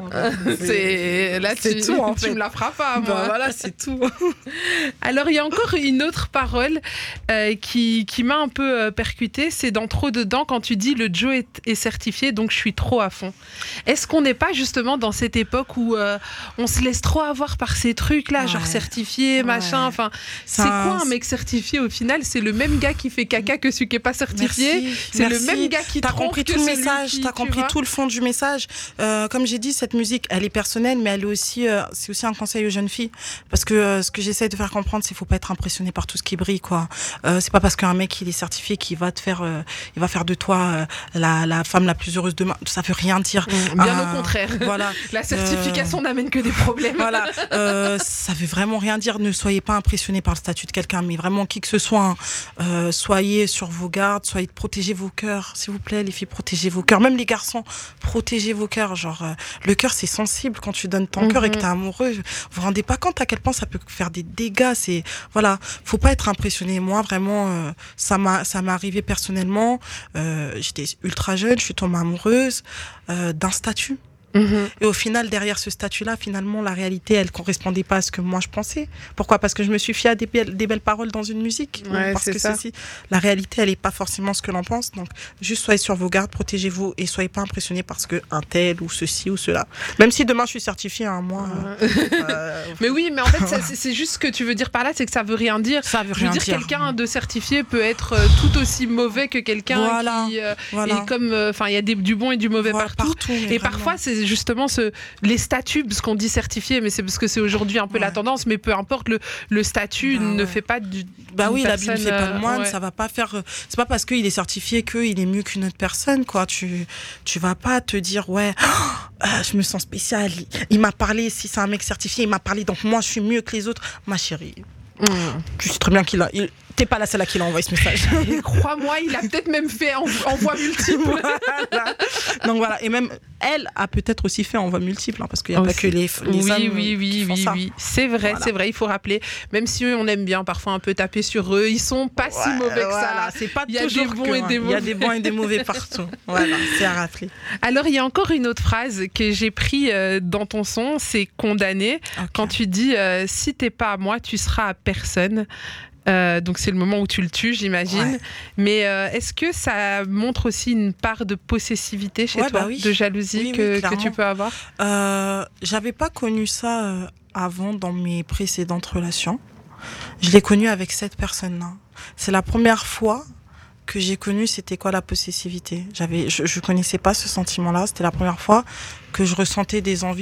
C'est là, c'est tu, tout, en tu fait. me la feras pas, moi. Bah voilà, c'est tout. Alors, il y a encore une autre parole euh, qui, qui m'a un peu euh, percutée, c'est dans Trop dedans, quand tu dis le Joe est, est certifié, donc je suis trop à fond. Est-ce qu'on n'est pas justement dans cette époque où euh, on se laisse trop avoir par ces trucs-là, Ouais. genre certifié, Ouais. machin, enfin, c'est Ça- quoi un mec certifié au final? C'est le même gars qui fait caca que celui qui est pas certifié. Merci, C'est le merci. même gars qui T'as trompe compris que tout le celui message, qui- t'as tu compris vois. tout le fond du message. Euh, comme j'ai dit, cette musique, elle est personnelle, mais elle est aussi, euh, c'est aussi un conseil aux jeunes filles, parce que euh, ce que j'essaie de faire comprendre, c'est qu'il faut pas être impressionné par tout ce qui brille, quoi. Euh, c'est pas parce qu'un mec il est certifié qu'il va te faire, euh, il va faire de toi euh, la, la femme la plus heureuse demain. Ça veut rien dire. Mmh, bien Euh, au contraire. Voilà. La certification n'amène que des problèmes. Voilà, euh, ça veut vraiment rien dire. Ne soyez pas impressionné par le statut de quelqu'un, mais vraiment qui que ce soit, hein, euh, soyez sur vos gardes, soyez protégez vos cœurs, s'il vous plaît, les filles, protégez vos cœurs. Même les garçons, protégez vos cœurs. Genre, euh, le cœur c'est sensible quand tu donnes ton Mhm. cœur et que t'es amoureux. Vous vous rendez pas compte à quel point ça peut faire des dégâts. C'est voilà, faut pas être impressionné. Moi, vraiment, euh, ça m'a ça m'est arrivé personnellement. Euh, j'étais ultra jeune, je suis tombée amoureuse euh, d'un statut. Mhm. Et au final, derrière ce statut-là, finalement, la réalité, elle correspondait pas à ce que moi je pensais. Pourquoi? Parce que je me suis fiée à des belles, des belles paroles dans une musique. Ouais, parce c'est que ça. ceci, la réalité, elle est pas forcément ce que l'on pense. Donc, juste soyez sur vos gardes, protégez-vous et soyez pas impressionnés parce que un tel ou ceci ou cela. Même si demain je suis certifiée, hein, moi. euh, euh, Mais oui, mais en fait, ça, c'est c'est juste ce que tu veux dire par là, c'est que ça veut rien dire. ça veut Je veux rien dire, dire. quelqu'un de certifié peut être euh, tout aussi mauvais que quelqu'un Voilà, qui euh, Voilà. est comme, enfin, il y a des, du bon et du mauvais Voilà, partout. mais Et vraiment. parfois, c'est justement ce, les statuts, parce qu'on dit certifié, mais c'est parce que c'est aujourd'hui un peu la Ouais. tendance, mais peu importe, le, le statut Bah ne ouais. fait pas du. Bah d'une oui, l'habit ne personne, fait pas euh, le moine, ouais. ça va pas faire. euh, C'est pas parce qu'il est certifié qu'il est mieux qu'une autre personne, quoi. Tu, tu vas pas te dire, ouais, oh, euh, je me sens spécial. Il, il m'a parlé, si c'est un mec certifié, il m'a parlé, donc moi je suis mieux que les autres. Ma chérie, Mmh. tu sais très bien qu'il a. il- T'es pas la seule à qui il a envoyé ce message. Et crois-moi, il a peut-être même fait en, en voix multiple. Voilà. Donc voilà, et même elle a peut-être aussi fait en voix multiple, hein, parce qu'il n'y a Aussi. pas que les, les oui, hommes oui, oui, qui font oui, ça. oui. C'est vrai, Voilà. c'est vrai, il faut rappeler. Même si on aime bien parfois un peu taper sur eux, ils sont pas si Ouais, mauvais que voilà, ça. c'est pas Il y a toujours des bons que, et hein. des Il y a mauvais. des bons et des mauvais partout. Voilà, c'est à rappeler. Alors, il y a encore une autre phrase que j'ai pris euh, dans ton son, c'est condamné. Ok. Quand tu dis euh, si t'es pas à moi, tu seras à personne. Euh, donc c'est le moment où tu le tues, j'imagine. Ouais. Mais euh, est-ce que ça montre aussi une part de possessivité chez Ouais, toi, bah oui. de jalousie Oui, oui, que, que clairement. tu peux avoir? Euh, j'avais pas connu ça euh, avant dans mes précédentes relations. Je l'ai connu avec cette personne-là. C'est la première fois que j'ai connu c'était quoi la possessivité. J'avais, je, je connaissais pas ce sentiment-là. C'était la première fois que je ressentais des envies.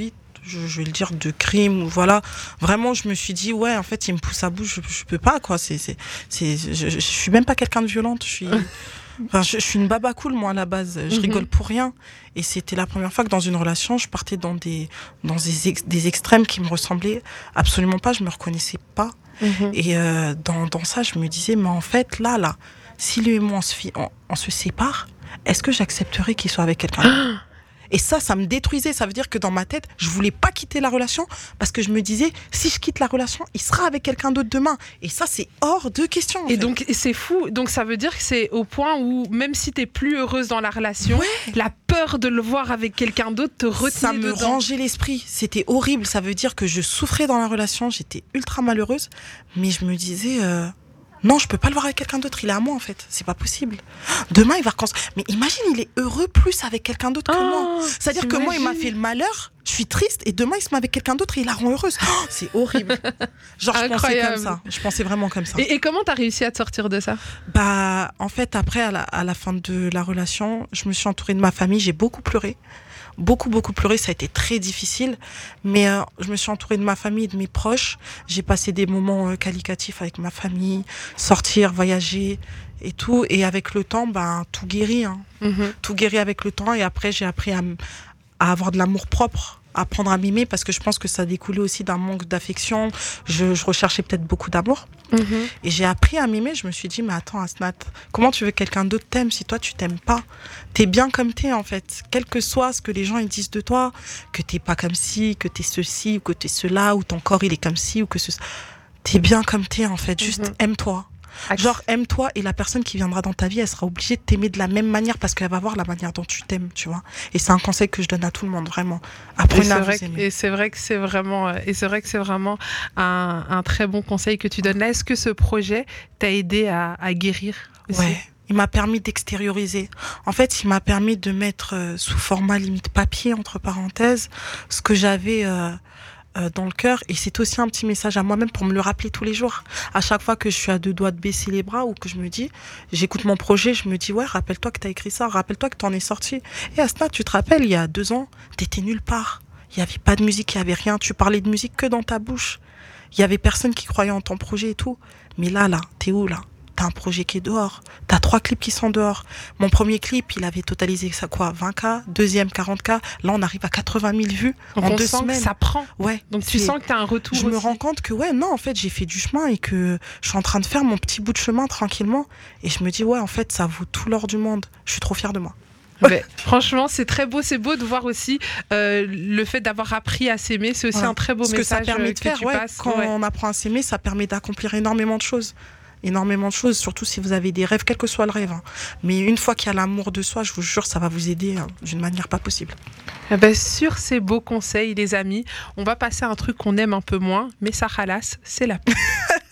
je, je vais le dire, de crime, ou voilà. Vraiment, je me suis dit, ouais, en fait, il me pousse à bout, je, je peux pas, quoi. C'est, c'est, c'est, je, je suis même pas quelqu'un de violente, je suis... Enfin, je, je suis une baba cool, moi, à la base. Je mm-hmm. rigole pour rien. Et c'était la première fois que dans une relation, je partais dans des, dans des, ex, des extrêmes qui me ressemblaient absolument pas. Je me reconnaissais pas. Mm-hmm. Et euh, dans, dans ça, je me disais, mais en fait, là, là, si lui et moi, on se, on, on se sépare, est-ce que j'accepterais qu'il soit avec quelqu'un d'autre ? Et ça, ça me détruisait. Ça veut dire que dans ma tête, je voulais pas quitter la relation parce que je me disais, si je quitte la relation, il sera avec quelqu'un d'autre demain. Et ça, c'est hors de question. Et fait. donc, c'est fou. Donc, ça veut dire que c'est au point où, même si t'es plus heureuse dans la relation, ouais. la peur de le voir avec quelqu'un d'autre te retenait Ça me dedans. rangeait l'esprit. C'était horrible. Ça veut dire que je souffrais dans la relation. J'étais ultra malheureuse. Mais je me disais... Euh... Non, je peux pas le voir avec quelqu'un d'autre, il est à moi en fait, c'est pas possible. Demain, il va recommencer. Mais imagine, il est heureux plus avec quelqu'un d'autre que oh, moi. C'est-à-dire que moi, il m'a fait le malheur, je suis triste, et demain, il se met avec quelqu'un d'autre et il la rend heureuse. Oh, c'est horrible. Genre, je pensais comme ça. Je pensais vraiment comme ça. Et, et comment t'as réussi à te sortir de ça ? Bah, en fait, après, à la, à la fin de la relation, je me suis entourée de ma famille, j'ai beaucoup pleuré. Beaucoup, beaucoup pleuré, ça a été très difficile. Mais euh, je me suis entourée de ma famille et de mes proches. J'ai passé des moments euh, qualitatifs avec ma famille, sortir, voyager et tout. Et avec le temps, ben, tout guérit. Hein. Mm-hmm. Tout guérit avec le temps. Et après, j'ai appris à, à avoir de l'amour propre, à apprendre à m'aimer, parce que je pense que ça découlait aussi d'un manque d'affection. Je, je recherchais peut-être beaucoup d'amour. Mm-hmm. Et j'ai appris à m'aimer. Je me suis dit, mais attends, Asnat, comment tu veux que quelqu'un d'autre t'aime si toi, tu t'aimes pas ? T'es bien comme t'es, en fait. Quel que soit ce que les gens ils disent de toi, que t'es pas comme ci, que t'es ceci, ou que t'es cela, ou ton corps, il est comme ci, ou que ce... T'es bien comme t'es, en fait. Juste mm-hmm. aime-toi. Genre, aime-toi, et la personne qui viendra dans ta vie, elle sera obligée de t'aimer de la même manière parce qu'elle va voir la manière dont tu t'aimes, tu vois. Et c'est un conseil que je donne à tout le monde, vraiment. Apprenez à vous aimer. Et c'est vrai que c'est vraiment, et c'est vrai que c'est vraiment un, un très bon conseil que tu donnes là. Est-ce que ce projet t'a aidé à, à guérir aussi ? Ouais. Il m'a permis d'extérioriser. En fait, il m'a permis de mettre euh, sous format limite papier, entre parenthèses, ce que j'avais... Euh, Euh, dans le cœur, et c'est aussi un petit message à moi-même pour me le rappeler tous les jours. À chaque fois que je suis à deux doigts de baisser les bras ou que je me dis, j'écoute mon projet, je me dis ouais, rappelle-toi que t'as écrit ça, rappelle-toi que t'en es sorti. Et Asnat, tu te rappelles, il y a deux ans, t'étais nulle part. Il y avait pas de musique, il y avait rien. Tu parlais de musique que dans ta bouche. Il y avait personne qui croyait en ton projet et tout. Mais là, là, t'es où là ? T'as un projet qui est dehors. T'as trois clips qui sont dehors. Mon premier clip, il avait totalisé ça quoi, vingt mille. Deuxième, quarante mille. Là, on arrive à quatre-vingt mille vues. Donc en on deux sent semaines. Que ça prend. Ouais. Donc tu sens que t'as un retour. Je aussi. me rends compte que ouais, non, en fait, j'ai fait du chemin et que je suis en train de faire mon petit bout de chemin tranquillement. Et je me dis ouais, en fait, ça vaut tout l'or du monde. Je suis trop fière de moi. Ben, franchement, c'est très beau. C'est beau de voir aussi euh, le fait d'avoir appris à s'aimer. C'est aussi voilà. un très beau Ce message que ça permet de que faire. tu Ouais, passes. quand ouais. on apprend à s'aimer, ça permet d'accomplir énormément de choses. énormément de choses, surtout si vous avez des rêves, quel que soit le rêve. Hein. Mais une fois qu'il y a l'amour de soi, je vous jure, ça va vous aider hein, d'une manière pas possible. Eh ben, sur ces beaux conseils, les amis, on va passer à un truc qu'on aime un peu moins, mais ça ralasse, c'est la pub.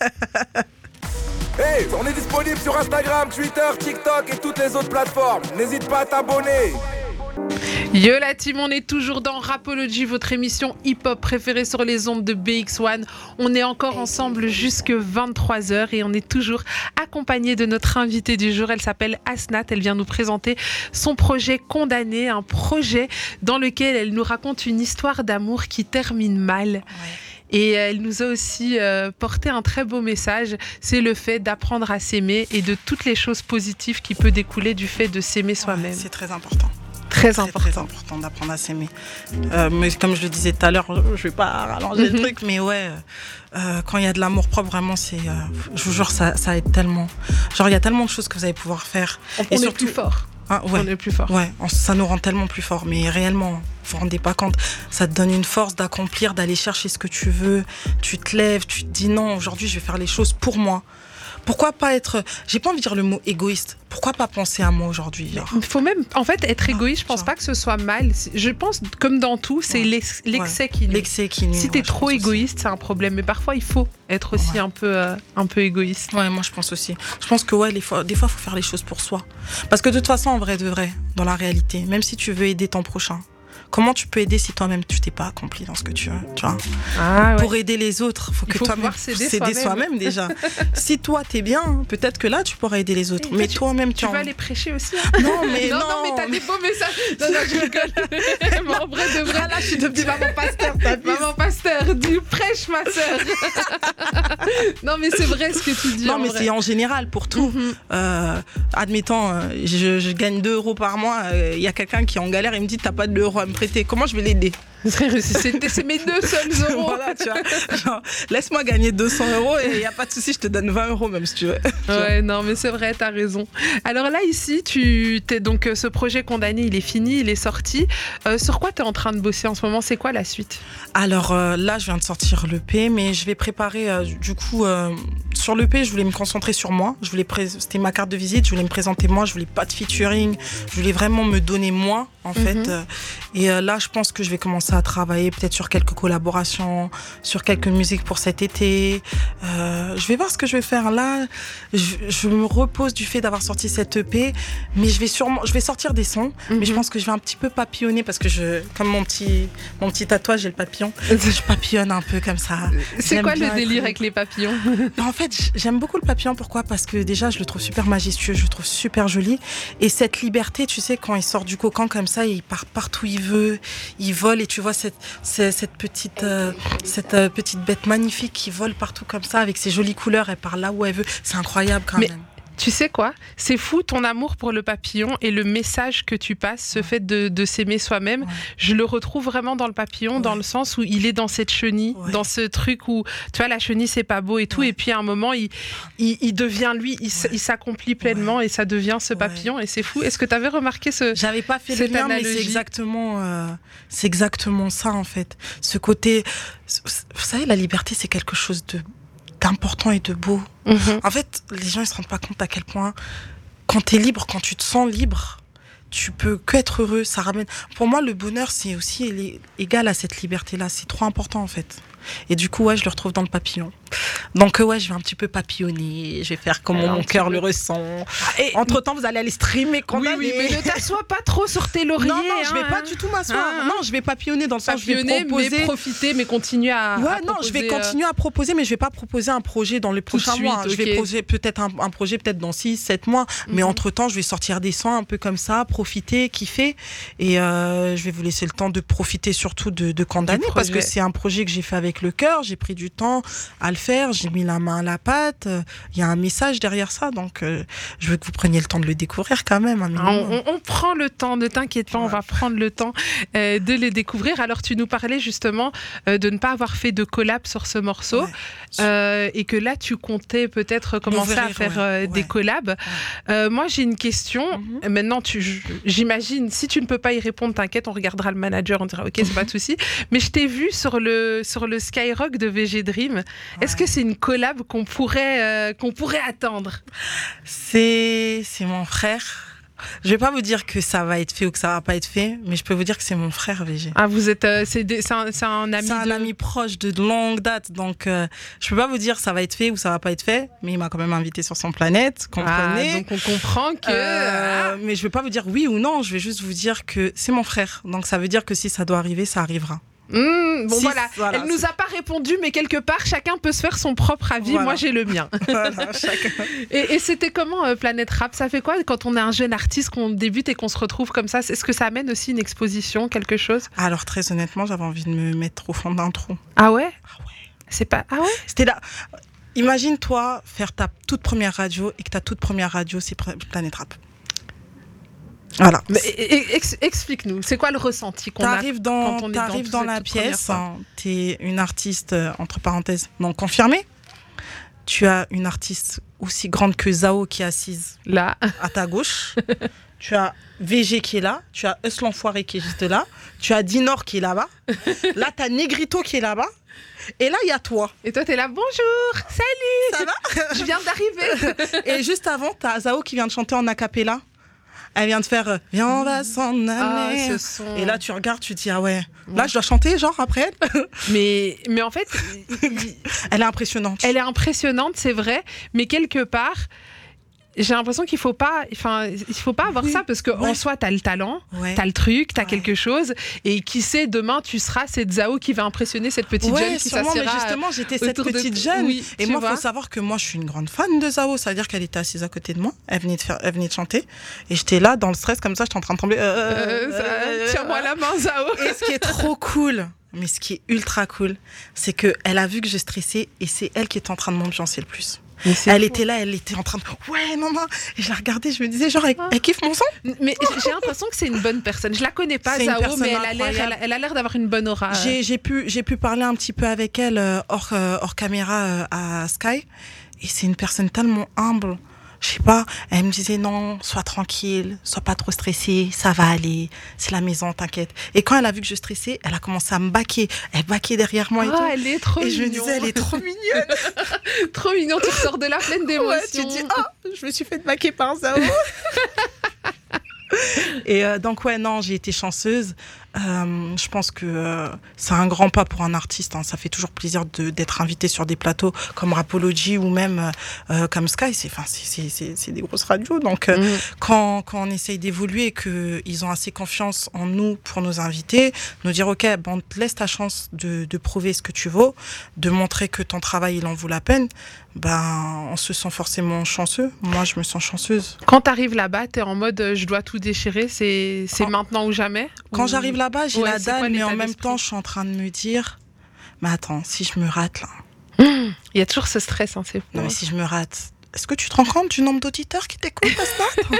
Hey, on est disponible sur Instagram, Twitter, TikTok et toutes les autres plateformes. N'hésite pas à t'abonner. Yo la team, on est toujours dans Rapology, votre émission hip-hop préférée sur les ondes de B X one. On est encore ensemble jusque vingt-trois heures et on est toujours accompagné de notre invitée du jour. Elle s'appelle Asnat, elle vient nous présenter son projet Condamné, un projet dans lequel elle nous raconte une histoire d'amour qui termine mal. Ouais. Et elle nous a aussi euh, porté un très beau message, c'est le fait d'apprendre à s'aimer et de toutes les choses positives qui peuvent découler du fait de s'aimer soi-même. Ouais, c'est très important. Très, très important. Très important d'apprendre à s'aimer. Euh, mais comme je le disais tout à l'heure, je vais pas rallonger le truc, mais ouais, euh, quand il y a de l'amour propre, vraiment, c'est, euh, je vous jure, ça, ça aide tellement. Genre, il y a tellement de choses que vous allez pouvoir faire. On, et on surtout, est plus fort. Hein, ouais, on est plus fort. Ouais, on, ça nous rend tellement plus fort. Mais réellement, vous vous rendez pas compte. Ça te donne une force d'accomplir, d'aller chercher ce que tu veux. Tu te lèves, tu te dis non, aujourd'hui, je vais faire les choses pour moi. Pourquoi pas être... J'ai pas envie de dire le mot égoïste. Pourquoi pas penser à moi aujourd'hui genre. Il faut même... En fait, être égoïste, je pense genre. pas que ce soit mal. Je pense, comme dans tout, c'est ouais. l'excès ouais. qui nuit. L'excès qui nuit. Si t'es ouais, trop égoïste, aussi. C'est un problème. Mais parfois, il faut être aussi ouais. un, peu, euh, un peu égoïste. Ouais, moi, je pense aussi. Je pense que ouais, les fois, des fois, il faut faire les choses pour soi. Parce que de toute façon, en vrai de vrai, dans la réalité, même si tu veux aider ton prochain, Comment tu peux aider si toi-même tu t'es pas accompli dans ce que tu veux, tu vois. Ah, ouais. Pour aider les autres, faut que Il faut toi-même pouvoir s'aider s'aider soi-même. soi-même déjà. Si toi t'es bien, peut-être que là tu pourras aider les autres. Et Mais tu- toi-même Tu en- vas les prêcher aussi. Hein. Non mais non, non, non, mais t'as des beaux messages. Non, non, je rigole. Mais en vrai, de vrai. Ah, là je suis devenue maman pasteur, t'as vu. Maman pasteur, du prêche, ma sœur. Non, mais c'est vrai ce que tu dis. Non en mais vrai. c'est en général pour tout. Mhm. Euh, admettons, euh, je, je gagne deux euros par mois, il y a quelqu'un qui est en galère, il me dit t'as pas de euros à me prêter, comment je vais l'aider? C'est c'est- c'est mes deux seuls euros. Voilà, tu vois. Genre, laisse-moi gagner deux cents euros et il n'y a pas de souci, je te donne vingt euros même si tu veux. Ouais, non, mais c'est vrai, t'as raison. Alors là, ici, tu t'es donc euh, ce projet Condamné, il est fini, il est sorti. Euh, sur quoi t'es en train de bosser en ce moment? C'est quoi la suite? Alors euh, là, je viens de sortir l'E P, mais je vais préparer. Euh, du coup, euh, sur l'E P, je voulais me concentrer sur moi. Je voulais pré- C'était ma carte de visite. Je voulais me présenter moi. Je voulais pas de featuring. Je voulais vraiment me donner moi, en fait. Mhm. Euh, Et euh, là, je pense que je vais commencer à travailler peut-être sur quelques collaborations, sur quelques musiques pour cet été. Euh, je vais voir ce que je vais faire là. Je, je me repose du fait d'avoir sorti cette E P, mais je vais sûrement, je vais sortir des sons. Mais je Mhm. pense que je vais un petit peu papillonner parce que je, comme mon petit, mon petit tatouage, j'ai le papillon. Je papillonne un peu comme ça. C'est J'aime quoi bien le délire être- avec les papillons? En fait, j- j'aime beaucoup le papillon. Pourquoi? Parce que déjà, je le trouve super majestueux, je le trouve super joli. Et cette liberté, tu sais, quand il sort du cocon comme ça, il part partout où il veut, il vole. Et tu vois cette, cette, cette petite, euh, cette euh, petite bête magnifique qui vole partout comme ça avec ses jolies couleurs. Elle part là où elle veut. C'est incroyable quand Mais- même. Tu sais quoi? C'est fou ton amour pour le papillon et le message que tu passes, ce fait de, de s'aimer soi-même. Ouais. Je le retrouve vraiment dans le papillon, Ouais. dans le sens où il est dans cette chenille, Ouais. dans ce truc où, tu vois, la chenille, c'est pas beau et tout. Ouais. Et puis à un moment, il, il, il devient lui, il, s- Ouais. il s'accomplit pleinement et ça devient ce Ouais. papillon. Et c'est fou. Est-ce que tu avais remarqué ce. J'avais pas fait le cette lien, mais analogie. c'est exactement, euh, c'est exactement ça en fait. Ce côté, vous savez, la liberté, c'est quelque chose de d'important et de beau. Mhm. En fait, les gens ils se rendent pas compte à quel point, quand tu es libre, quand tu te sens libre, tu peux que être heureux. Ça ramène. Pour moi, le bonheur, c'est aussi élé- égal à cette liberté-là. C'est trop important en fait. Et du coup, ouais, je le retrouve dans le papillon. Donc, euh, ouais, je vais un petit peu papillonner. Je vais faire comme Alors, mon un petit cœur peu. le ressent. Et- Entre temps, vous allez aller streamer Oui, Condamné. oui, mais ne t'assois pas trop sur tes lauriers. Non, non, je vais hein, pas hein. du tout m'asseoir. Hein, hein. Non, je vais papillonner dans le sens, je vais Papillonner, proposer. mais profiter, mais continuer à. Ouais, à non, je vais proposer, euh, continuer à proposer, mais je vais pas proposer un projet dans les Tout de prochains mois. suite, Je vais ok. proposer peut-être un, un projet peut-être dans six, sept mois. Mais Mhm. entre-temps, je vais sortir des sons un peu comme ça, profiter, kiffer. Et euh, je vais vous laisser le temps de profiter surtout de, de Condamné, Du parce que projet. c'est un projet que j'ai fait avec le cœur. J'ai pris du temps à le faire. J'ai mis la main à la pâte. Il y a un message derrière ça. Donc, euh, je veux que vous preniez le temps de le découvrir quand même. un Ah, minimum. On, on- on prend le temps, ne t'inquiète pas, on va prendre le temps euh, de les découvrir. Alors tu nous parlais justement euh, de ne pas avoir fait de collab sur ce morceau Ouais. euh, et que là tu comptais peut-être commencer à M'ouvrir, faire ouais, euh, des ouais. collabs. Euh, moi j'ai une question. Mhm. Maintenant tu, j- j'imagine, si tu ne peux pas y répondre, t'inquiète, on regardera le manager, on dira ok, c'est pas de souci. Mais je t'ai vu sur le, sur le Skyrock de V G Dream. Est-ce que c'est une collab qu'on pourrait, euh, qu'on pourrait attendre? C'est c'est mon frère. Je vais pas vous dire que ça va être fait ou que ça va pas être fait, mais je peux vous dire que c'est mon frère V G. Ah, vous êtes, euh, c'est, des- c'est un, c'est un ami. C'est un de- ami proche de longue date, donc euh, je peux pas vous dire ça va être fait ou ça va pas être fait, mais il m'a quand même invité sur son planète, Ah, comprenez. donc on comprend que. Euh, mais je vais pas vous dire oui ou non, je vais juste vous dire que c'est mon frère, donc ça veut dire que si ça doit arriver, ça arrivera. Mmh, bon Si, voilà, voilà, elle nous c'est- a pas répondu, mais quelque part chacun peut se faire son propre avis. Voilà. Moi j'ai le mien. Voilà, chacun. Et, et c'était comment euh, Planète Rap? Ça fait quoi quand on est un jeune artiste, qu'on débute et qu'on se retrouve comme ça? Est-ce que ça amène aussi une exposition, quelque chose? Alors très honnêtement, j'avais envie de me mettre au fond d'un trou. Ah ouais? Ah ouais. C'est pas. Ah ouais? C'était là. Imagine-toi faire ta toute première radio et que ta toute première radio c'est Pla- Planète Rap. Voilà. Mais, et- et- ex- explique-nous, c'est quoi le ressenti qu'on a? T'arrives quand on dans, est dans t'arrives toute dans cette la toute première pièce, fois. hein, t'es une artiste, euh, entre parenthèses, non confirmée. Tu as une artiste aussi grande que Zao qui est assise Là, à ta gauche. Tu as V G qui est là. Tu as Eus l'enfoiré qui est juste là. Tu as Dinor qui est là-bas. Là, t'as Negrito qui est là-bas. Et là, il y a toi. et toi t'es là, bonjour, salut, Ça va? je viens d'arriver. Et juste avant, t'as Zao qui vient de chanter en acapella. Elle vient de faire euh, Viens, on va s'en Ah, aller. ce son. Et là, tu regardes, tu te dis, ah ouais, là, je dois chanter, genre, après elle. Mais, mais en fait, il- Elle est impressionnante. elle est impressionnante, c'est vrai, mais quelque part, j'ai l'impression qu'il faut pas, enfin, il faut pas avoir Oui. ça parce que Ouais. en soi, t'as le talent, Ouais. t'as le truc, t'as Ouais. quelque chose, et qui sait, demain, tu seras cette Zao qui va impressionner cette petite Ouais, jeune qui sûrement, mais s'assiera justement, j'étais cette autour de- petite jeune. Oui, et tu moi, il vois. faut savoir que moi, je suis une grande fan de Zao. Ça veut dire qu'elle était assise à côté de moi. Elle venait de, faire, elle venait de chanter. Et j'étais là, dans le stress, comme ça, j'étais en train de trembler. Euh, Euh, ça- euh, Tiens-moi la main, Zao. Et ce qui est trop cool, mais ce qui est ultra cool, c'est qu'elle a vu que je stressais et c'est elle qui était en train de m'ambiancer le plus. Elle fou. était là, elle était en train de. Ouais, non, non. Et je la regardais, je me disais, genre, elle, elle kiffe mon son. Mais j'ai l'impression que c'est une bonne personne. Je la connais pas, C'est une Zao, personne mais elle a l'air, incroyable. elle a- elle a l'air d'avoir une bonne aura. J'ai, j'ai, pu, j'ai pu parler un petit peu avec elle euh, hors, euh, hors caméra euh, à Sky. Et c'est une personne tellement humble. Je sais pas, elle me disait non, sois tranquille, sois pas trop stressée, ça va aller, c'est la maison, t'inquiète. Et quand elle a vu que je stressais, elle a commencé à me baquer. Elle baquait derrière moi et Oh, tout. elle est trop Et je me mignon. disais, elle est trop mignonne. Trop mignon, tu sors de là pleine d'émotions. Ouais, tu dis, ah, je me suis fait baquer par Zao. Et euh, donc, ouais, non, j'ai été chanceuse. Euh, je pense que euh, c'est un grand pas pour un artiste. Hein. Ça fait toujours plaisir de, d'être invité sur des plateaux comme Rapology ou même euh, comme Sky. C'est, enfin, c'est, c'est, c'est, c'est des grosses radios. Donc, euh, Mm. quand, quand on essaye d'évoluer et qu'ils ont assez confiance en nous pour nous inviter, nous dire, OK, bon, on te laisse ta chance de, de prouver ce que tu vaux, de montrer que ton travail, il en vaut la peine, ben, on se sent forcément chanceux. Moi, je me sens chanceuse. Quand t'arrives là-bas, t'es en mode euh, je dois tout déchirer, c'est, c'est Quand- maintenant ou jamais. Quand Ou- j'arrive là-bas, j'ai Ouais, la c'est quoi dalle, mais l'état en même d'esprit temps, je suis en train de me dire, mais attends, si je me rate là, Il y a toujours ce stress, hein, c'est fou. non mais si je me rate, est-ce que tu te rends compte du nombre d'auditeurs qui t'écoutent, Asnat?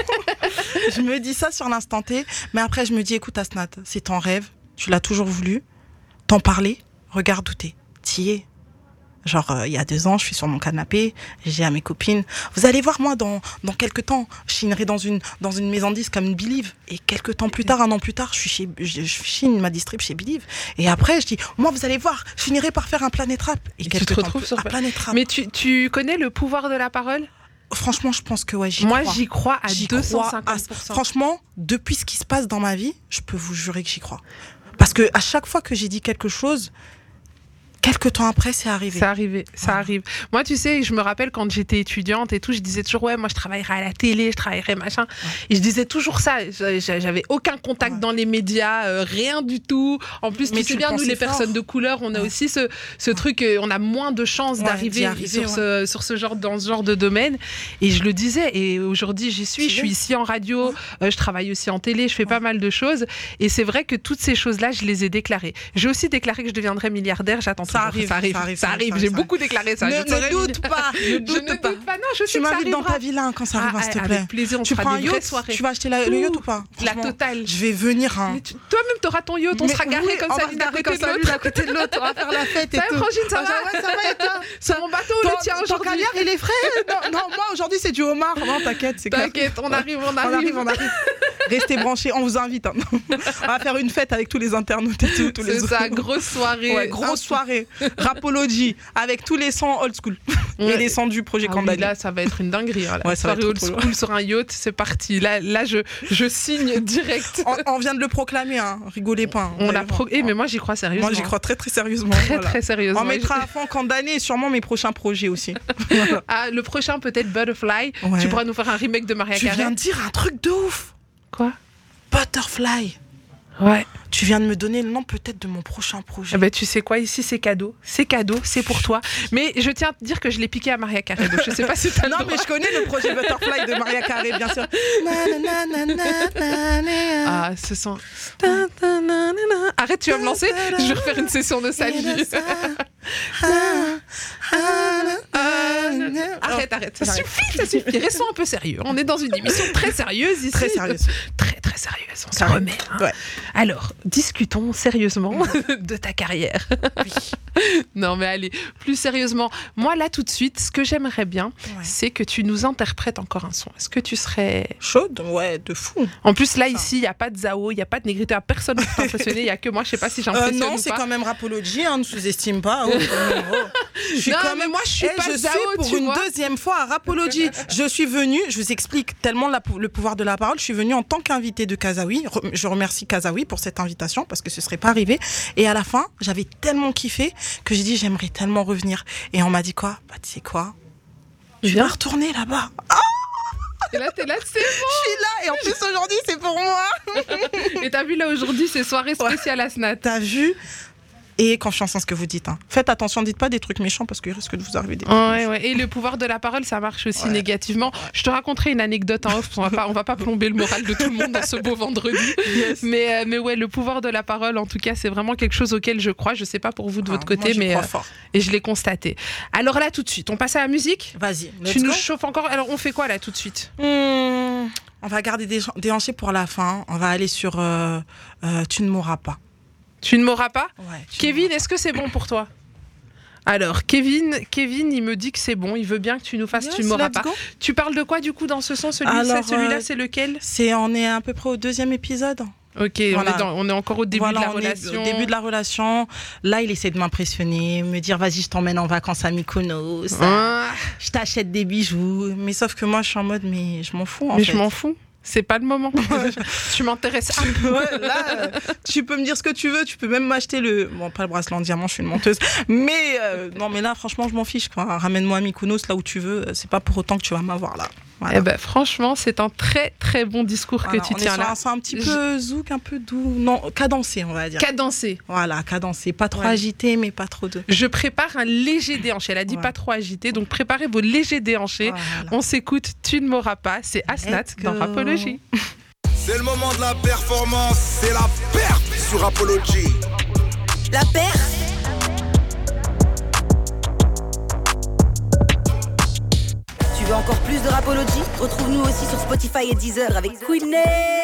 Je me dis ça sur l'instant T, mais après je me dis, écoute Asnat, c'est ton rêve, tu l'as toujours voulu, t'en parler, regarde où t'es, t'y es. Genre, euh, il y a deux ans, je suis sur mon canapé, j'ai dit à mes copines, vous allez voir, moi, dans, dans quelques temps, je signerai dans une, dans une maison de disques comme une Believe. Et quelques temps plus tard, un an plus tard, je suis chez, je, je signe ma distrib chez Believe. Et après, je dis, moi, vous allez voir, je finirai par faire un Planet Rap. Et, Et tu quelques te temps retrouves plus- sur- un Planet Rap. Mais tu, tu connais le pouvoir de la parole? Franchement, je pense que ouais, j'y Moi, crois. j'y crois à J'y deux cent crois cinquante à- pour cent. Franchement, depuis ce qui se passe dans ma vie, je peux vous jurer que j'y crois. Parce que à chaque fois que j'ai dit quelque chose, quelques temps après, c'est arrivé. Ça arrive, ça arrive. Moi, tu sais, je me rappelle quand j'étais étudiante et tout, je disais toujours, ouais, moi, je travaillerai à la télé, je travaillerai machin. Et je disais toujours ça. J'a- J'avais aucun contact Ouais. dans les médias, euh, rien du tout. En plus, Mais tu sais tu bien, nous, pensais les fort. personnes de couleur, on a Ouais. aussi ce, ce truc, euh, on a moins de chances Ouais, d'arriver d'y arriver, sur, ouais. ce, sur ce genre, dans ce genre de domaine. Et je le disais, et aujourd'hui, j'y suis. Tu Je suis l'es. ici en radio, euh, je travaille aussi en télé, je fais pas mal de choses. Et c'est vrai que toutes ces choses-là, je les ai déclarées. J'ai aussi déclaré que je deviendrai milliardaire. J'attends Ça toujours. arrive, ça arrive, ça arrive, ça ça arrive. arrive, J'ai ça beaucoup déclaré ça. Ne, Je ne serai doute pas, ne je doute ne pas. doute pas. Non, je sais Tu que ça m'invites dans arrivera. ta villa hein, quand ça Ah, arrive, s'il te avec plaît. plaisir, on Tu fera prends un des vraies yacht, soirées. tu vas acheter la- le Ouh, yacht ou pas? La Franchement, totale. Je vais venir. Hein. Mais tu- Toi-même, t'auras ton yacht, on Mais sera garé oui, comme on ça, va se l'une à garer côté comme de ça, l'autre. l'une à côté de l'autre. On va faire la fête et Ça va, tout. Frangine, ça Ah, va ouais, ça va et toi? Sur mon bateau, Ton- le tien ton aujourd'hui. caviar, il est frais? Non, non, moi aujourd'hui c'est du homard. Non, t'inquiète, c'est clair. T'inquiète, on arrive, on On arrive. arrive, on arrive. Restez branchés, on vous invite. hein. On va faire une fête avec tous les internautes et tout, tous les C'est ça, autres. grosse soirée. Ouais, grosse soirée. Rapology avec tous les sons old school Ouais. et les sons du projet Ah oui, Candali. là, ça va être une dinguerie. hein, la Ouais, ça va soirée être old trop school sur un yacht, c'est parti. Là, là je, je signe direct. On, on vient de le proclamer, hein. Rigolez pas. hein. On l'a Ouais, pro... Eh, bon. mais moi, j'y crois sérieusement. Moi j'y crois très très sérieusement. Très, voilà. très sérieusement. On mettra à fond Candali et sûrement mes prochains projets aussi. Ah, le prochain, peut-être Butterfly. Ouais. Tu pourras nous faire un remake de Maria Tu Carey. viens de dire un truc de ouf. Quoi? Butterfly. Ouais. Tu viens de me donner le nom peut-être de mon prochain projet. Eh ben, tu sais quoi, ici c'est cadeau, c'est cadeau, c'est pour toi. Mais je tiens à te dire que je l'ai piqué à Maria Carey, donc je sais pas si t'as le Non, droit. mais je connais le projet Butterfly de Maria Carey, bien sûr. Ah, ce son. Arrête, tu vas me lancer, je vais refaire une session de nostalgie. Arrête, arrête, ça suffit, ça suffit. Restons un peu sérieux. On est dans une émission très sérieuse ici. Très sérieuse. Très, très sérieuse. On se Carré. remet. hein. Ouais. Alors, discutons sérieusement de ta carrière. Oui. Non, mais allez, plus sérieusement. Moi, là, tout de suite, ce que j'aimerais bien, Ouais. c'est que tu nous interprètes encore un son. Est-ce que tu serais... Chaude, ouais, de fou. En plus, là, Ça. ici, il n'y a pas de Zao, il n'y a pas de Négrito, personne pour t'impressionner. Il n'y a que moi, je sais pas si Euh, j'impressionne non, ou c'est pas. quand même Rapology, hein, ne sous-estime pas. Oh, oh, oh. Je suis Non, quand mais même- moi, je suis Eh, pas je Zao, suis pour tu une vois. deuxième fois à Rapology. Je suis venue, je vous explique tellement la- le pouvoir de la parole, je suis venue en tant qu'invitée de Kazaoui. Re- Je remercie Kazaoui pour cette invitation parce que ce serait pas arrivé. Et à la fin, j'avais tellement kiffé que j'ai dit j'aimerais tellement revenir. Et on m'a dit quoi? Bah tu sais quoi? Tu Viens. vas retourner là-bas. Ah Et là, t'es là, c'est Je suis là et en plus aujourd'hui c'est pour moi. bon. Et t'as vu là aujourd'hui, c'est soirée spéciale à Snat. T'as vu? Et confiance en ce que vous dites. Hein. Faites attention, dites pas des trucs méchants parce qu'il risque de vous arriver des trucs Ouais, méchants. ouais. Et le pouvoir de la parole, ça marche aussi Ouais. négativement. Je te raconterai une anecdote en off, on va pas, on va pas plomber le moral de tout le monde dans ce beau vendredi. Yes. Mais, euh, mais ouais, le pouvoir de la parole, en tout cas, c'est vraiment quelque chose auquel je crois. Je sais pas pour vous de Ah, votre côté, moi, j'y mais crois euh, fort. et je l'ai constaté. Alors là, tout de suite, on passe à la musique. Vas-y, let's Tu nous go. chauffes encore. Alors, on fait quoi là tout de suite? Mmh, on va garder des déhanchés pour la fin. On va aller sur euh, euh, Tu ne mourras pas. Tu ne m'auras pas? Ouais, tu ne Kevin, mourras est-ce que c'est bon pour toi? Alors, Kevin, Kevin, il me dit que c'est bon. Il veut bien que tu nous fasses Yes, Tu ne m'auras let's pas. go. Tu parles de quoi du coup dans ce sens? Celui, Alors, celui-là, euh, c'est lequel? C'est, on est à peu près au deuxième épisode. Ok, Voilà. on, est dans- on est encore au début Voilà, de la on est relation. au début de la relation. Là, il essaie de m'impressionner, me dire vas-y, je t'emmène en vacances à Mykonos. Ah, Je t'achète des bijoux. Mais sauf que moi, je suis en mode mais je m'en fous en mais fait. je m'en fous. C'est pas le moment. Tu m'intéresses. Ah, Ouais, là, euh, tu peux me dire ce que tu veux, tu peux même m'acheter le. Bon, pas le bracelet en diamant, je suis une menteuse. Mais euh, non, mais là, franchement, je m'en fiche. Quoi. Ramène-moi à Mykonos, là où tu veux. C'est pas pour autant que tu vas m'avoir là. Voilà. Eh ben, franchement, c'est un très très bon discours Voilà, que tu on tiens est sur là. un son un petit peu zouk, un peu doux. Non, cadencé, on va dire. Cadencé. Voilà, cadencé. Pas trop Ouais. agité, mais pas trop de. Je prépare un léger déhanché. Elle a dit Ouais. pas trop agité, donc préparez vos légers déhanchés. Voilà. On s'écoute Tu ne m'auras pas. C'est Asnat Let's dans go. Rapologie. C'est le moment de la performance, c'est la perte sur Apology. La paire. Tu veux encore plus de Rapology? Retrouve-nous aussi sur Spotify et Deezer avec Queenie.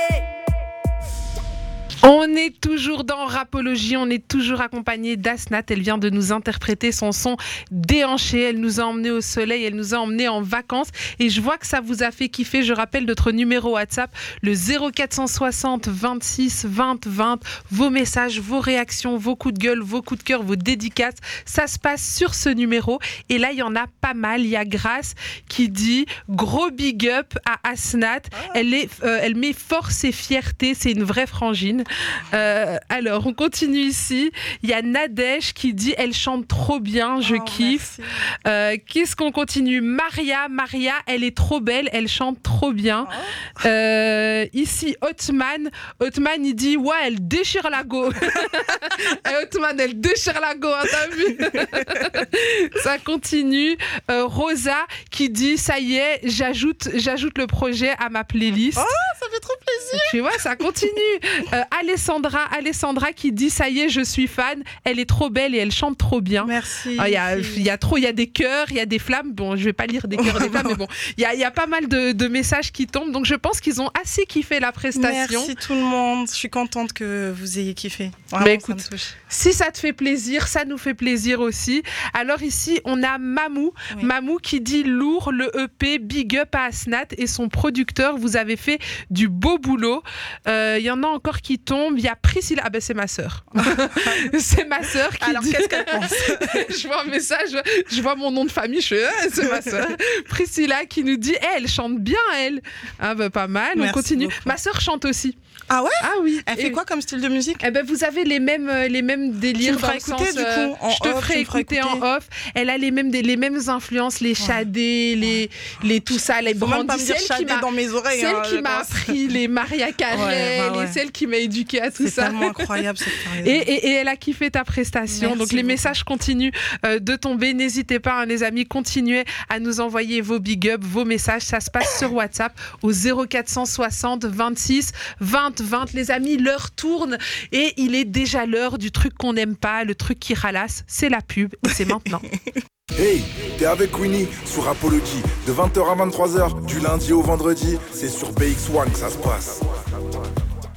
On est toujours dans Rapologie, on est toujours accompagné d'Asnat. Elle vient de nous interpréter son son déhanché. Elle nous a emmenés au soleil, elle nous a emmenés en vacances. Et je vois que ça vous a fait kiffer. Je rappelle notre numéro WhatsApp, le zéro quatre cent soixante vingt-six vingt vingt. Vos messages, vos réactions, vos coups de gueule, vos coups de cœur, vos dédicaces. Ça se passe sur ce numéro. Et là, il y en a pas mal. Il y a Grace qui dit gros big up à Asnat. Elle, est, euh, elle met force et fierté. C'est une vraie frangine. Euh, alors, on continue ici. Il y a Nadège qui dit elle chante trop bien, je Oh, kiffe. merci. Euh, Qu'est-ce qu'on continue? Maria, Maria, elle est trop belle, elle chante trop bien. Euh, ici, Hotman, Hotman, il dit ouais, elle déchire la go. Eh, Hotman, elle déchire la go, hein, t'as vu? Ça continue. Euh, Rosa qui dit ça y est, j'ajoute, j'ajoute le projet à ma playlist. Oh, ça fait trop plaisir. Tu vois, ça continue. Euh, Alessandra, Alessandra qui dit ça y est, je suis fan. Elle est trop belle et elle chante trop bien. Merci. Ah, Il y, a, il y a trop, il y a des cœurs, il y a des flammes. Bon, je vais pas lire des cœurs et des flammes, mais bon, il y a, il y a pas mal de, de messages qui tombent. Donc je pense qu'ils ont assez kiffé la prestation. Merci tout le monde. Je suis contente que vous ayez kiffé. Vraiment, Mais ça écoute, me touche. Si ça te fait plaisir, ça nous fait plaisir aussi. Alors ici, on a Mamou. Oui. Mamou qui dit lourd, le E P, big up à Asnat et son producteur. Vous avez fait du beau boulot. Euh, Il y en a encore qui tombent. Il y a Priscilla. Ah ben c'est ma sœur. C'est ma sœur qui Alors, dit... qu'est-ce qu'elle pense? Je vois un message, je vois mon nom de famille, je fais ah, c'est ma sœur. Priscilla qui nous dit eh, elle chante bien elle. Ah ben pas mal. Merci on continue. beaucoup. Ma sœur chante aussi. Ah ouais? Ah oui. Elle Et- fait quoi comme style de musique? eh ben, vous avez les mêmes, euh, les mêmes délires. Tu me feras dans le écouter, sens, du euh, coup, en je te off, ferai tu me feras écouter, écouter. en off. Elle a les mêmes, des- les mêmes influences, les Shadé, les, les tout ça, les Faut même pas Brandy. me dire Celle qui Shadé m'a- dans mes oreilles. Celle hein, qui je m'a pense. appris les Maria Carey, Ouais, bah ouais. les celle qui m'a éduquée à tout C'est ça. tellement incroyable cette période. Et, et- et elle a kiffé ta prestation. Merci Donc les beaucoup. messages continuent euh, de tomber. N'hésitez pas, hein, les amis, continuez à nous envoyer vos big up, vos messages. Ça se passe sur WhatsApp au zéro quatre cent soixante vingt-six vingt vingt. Les amis, l'heure tourne et il est déjà l'heure du truc qu'on n'aime pas, le truc qui ralasse. C'est la pub et c'est maintenant. Hey, t'es avec Winnie sur Apology de vingt heures à vingt-trois heures du lundi au vendredi. C'est sur B X un que ça se passe.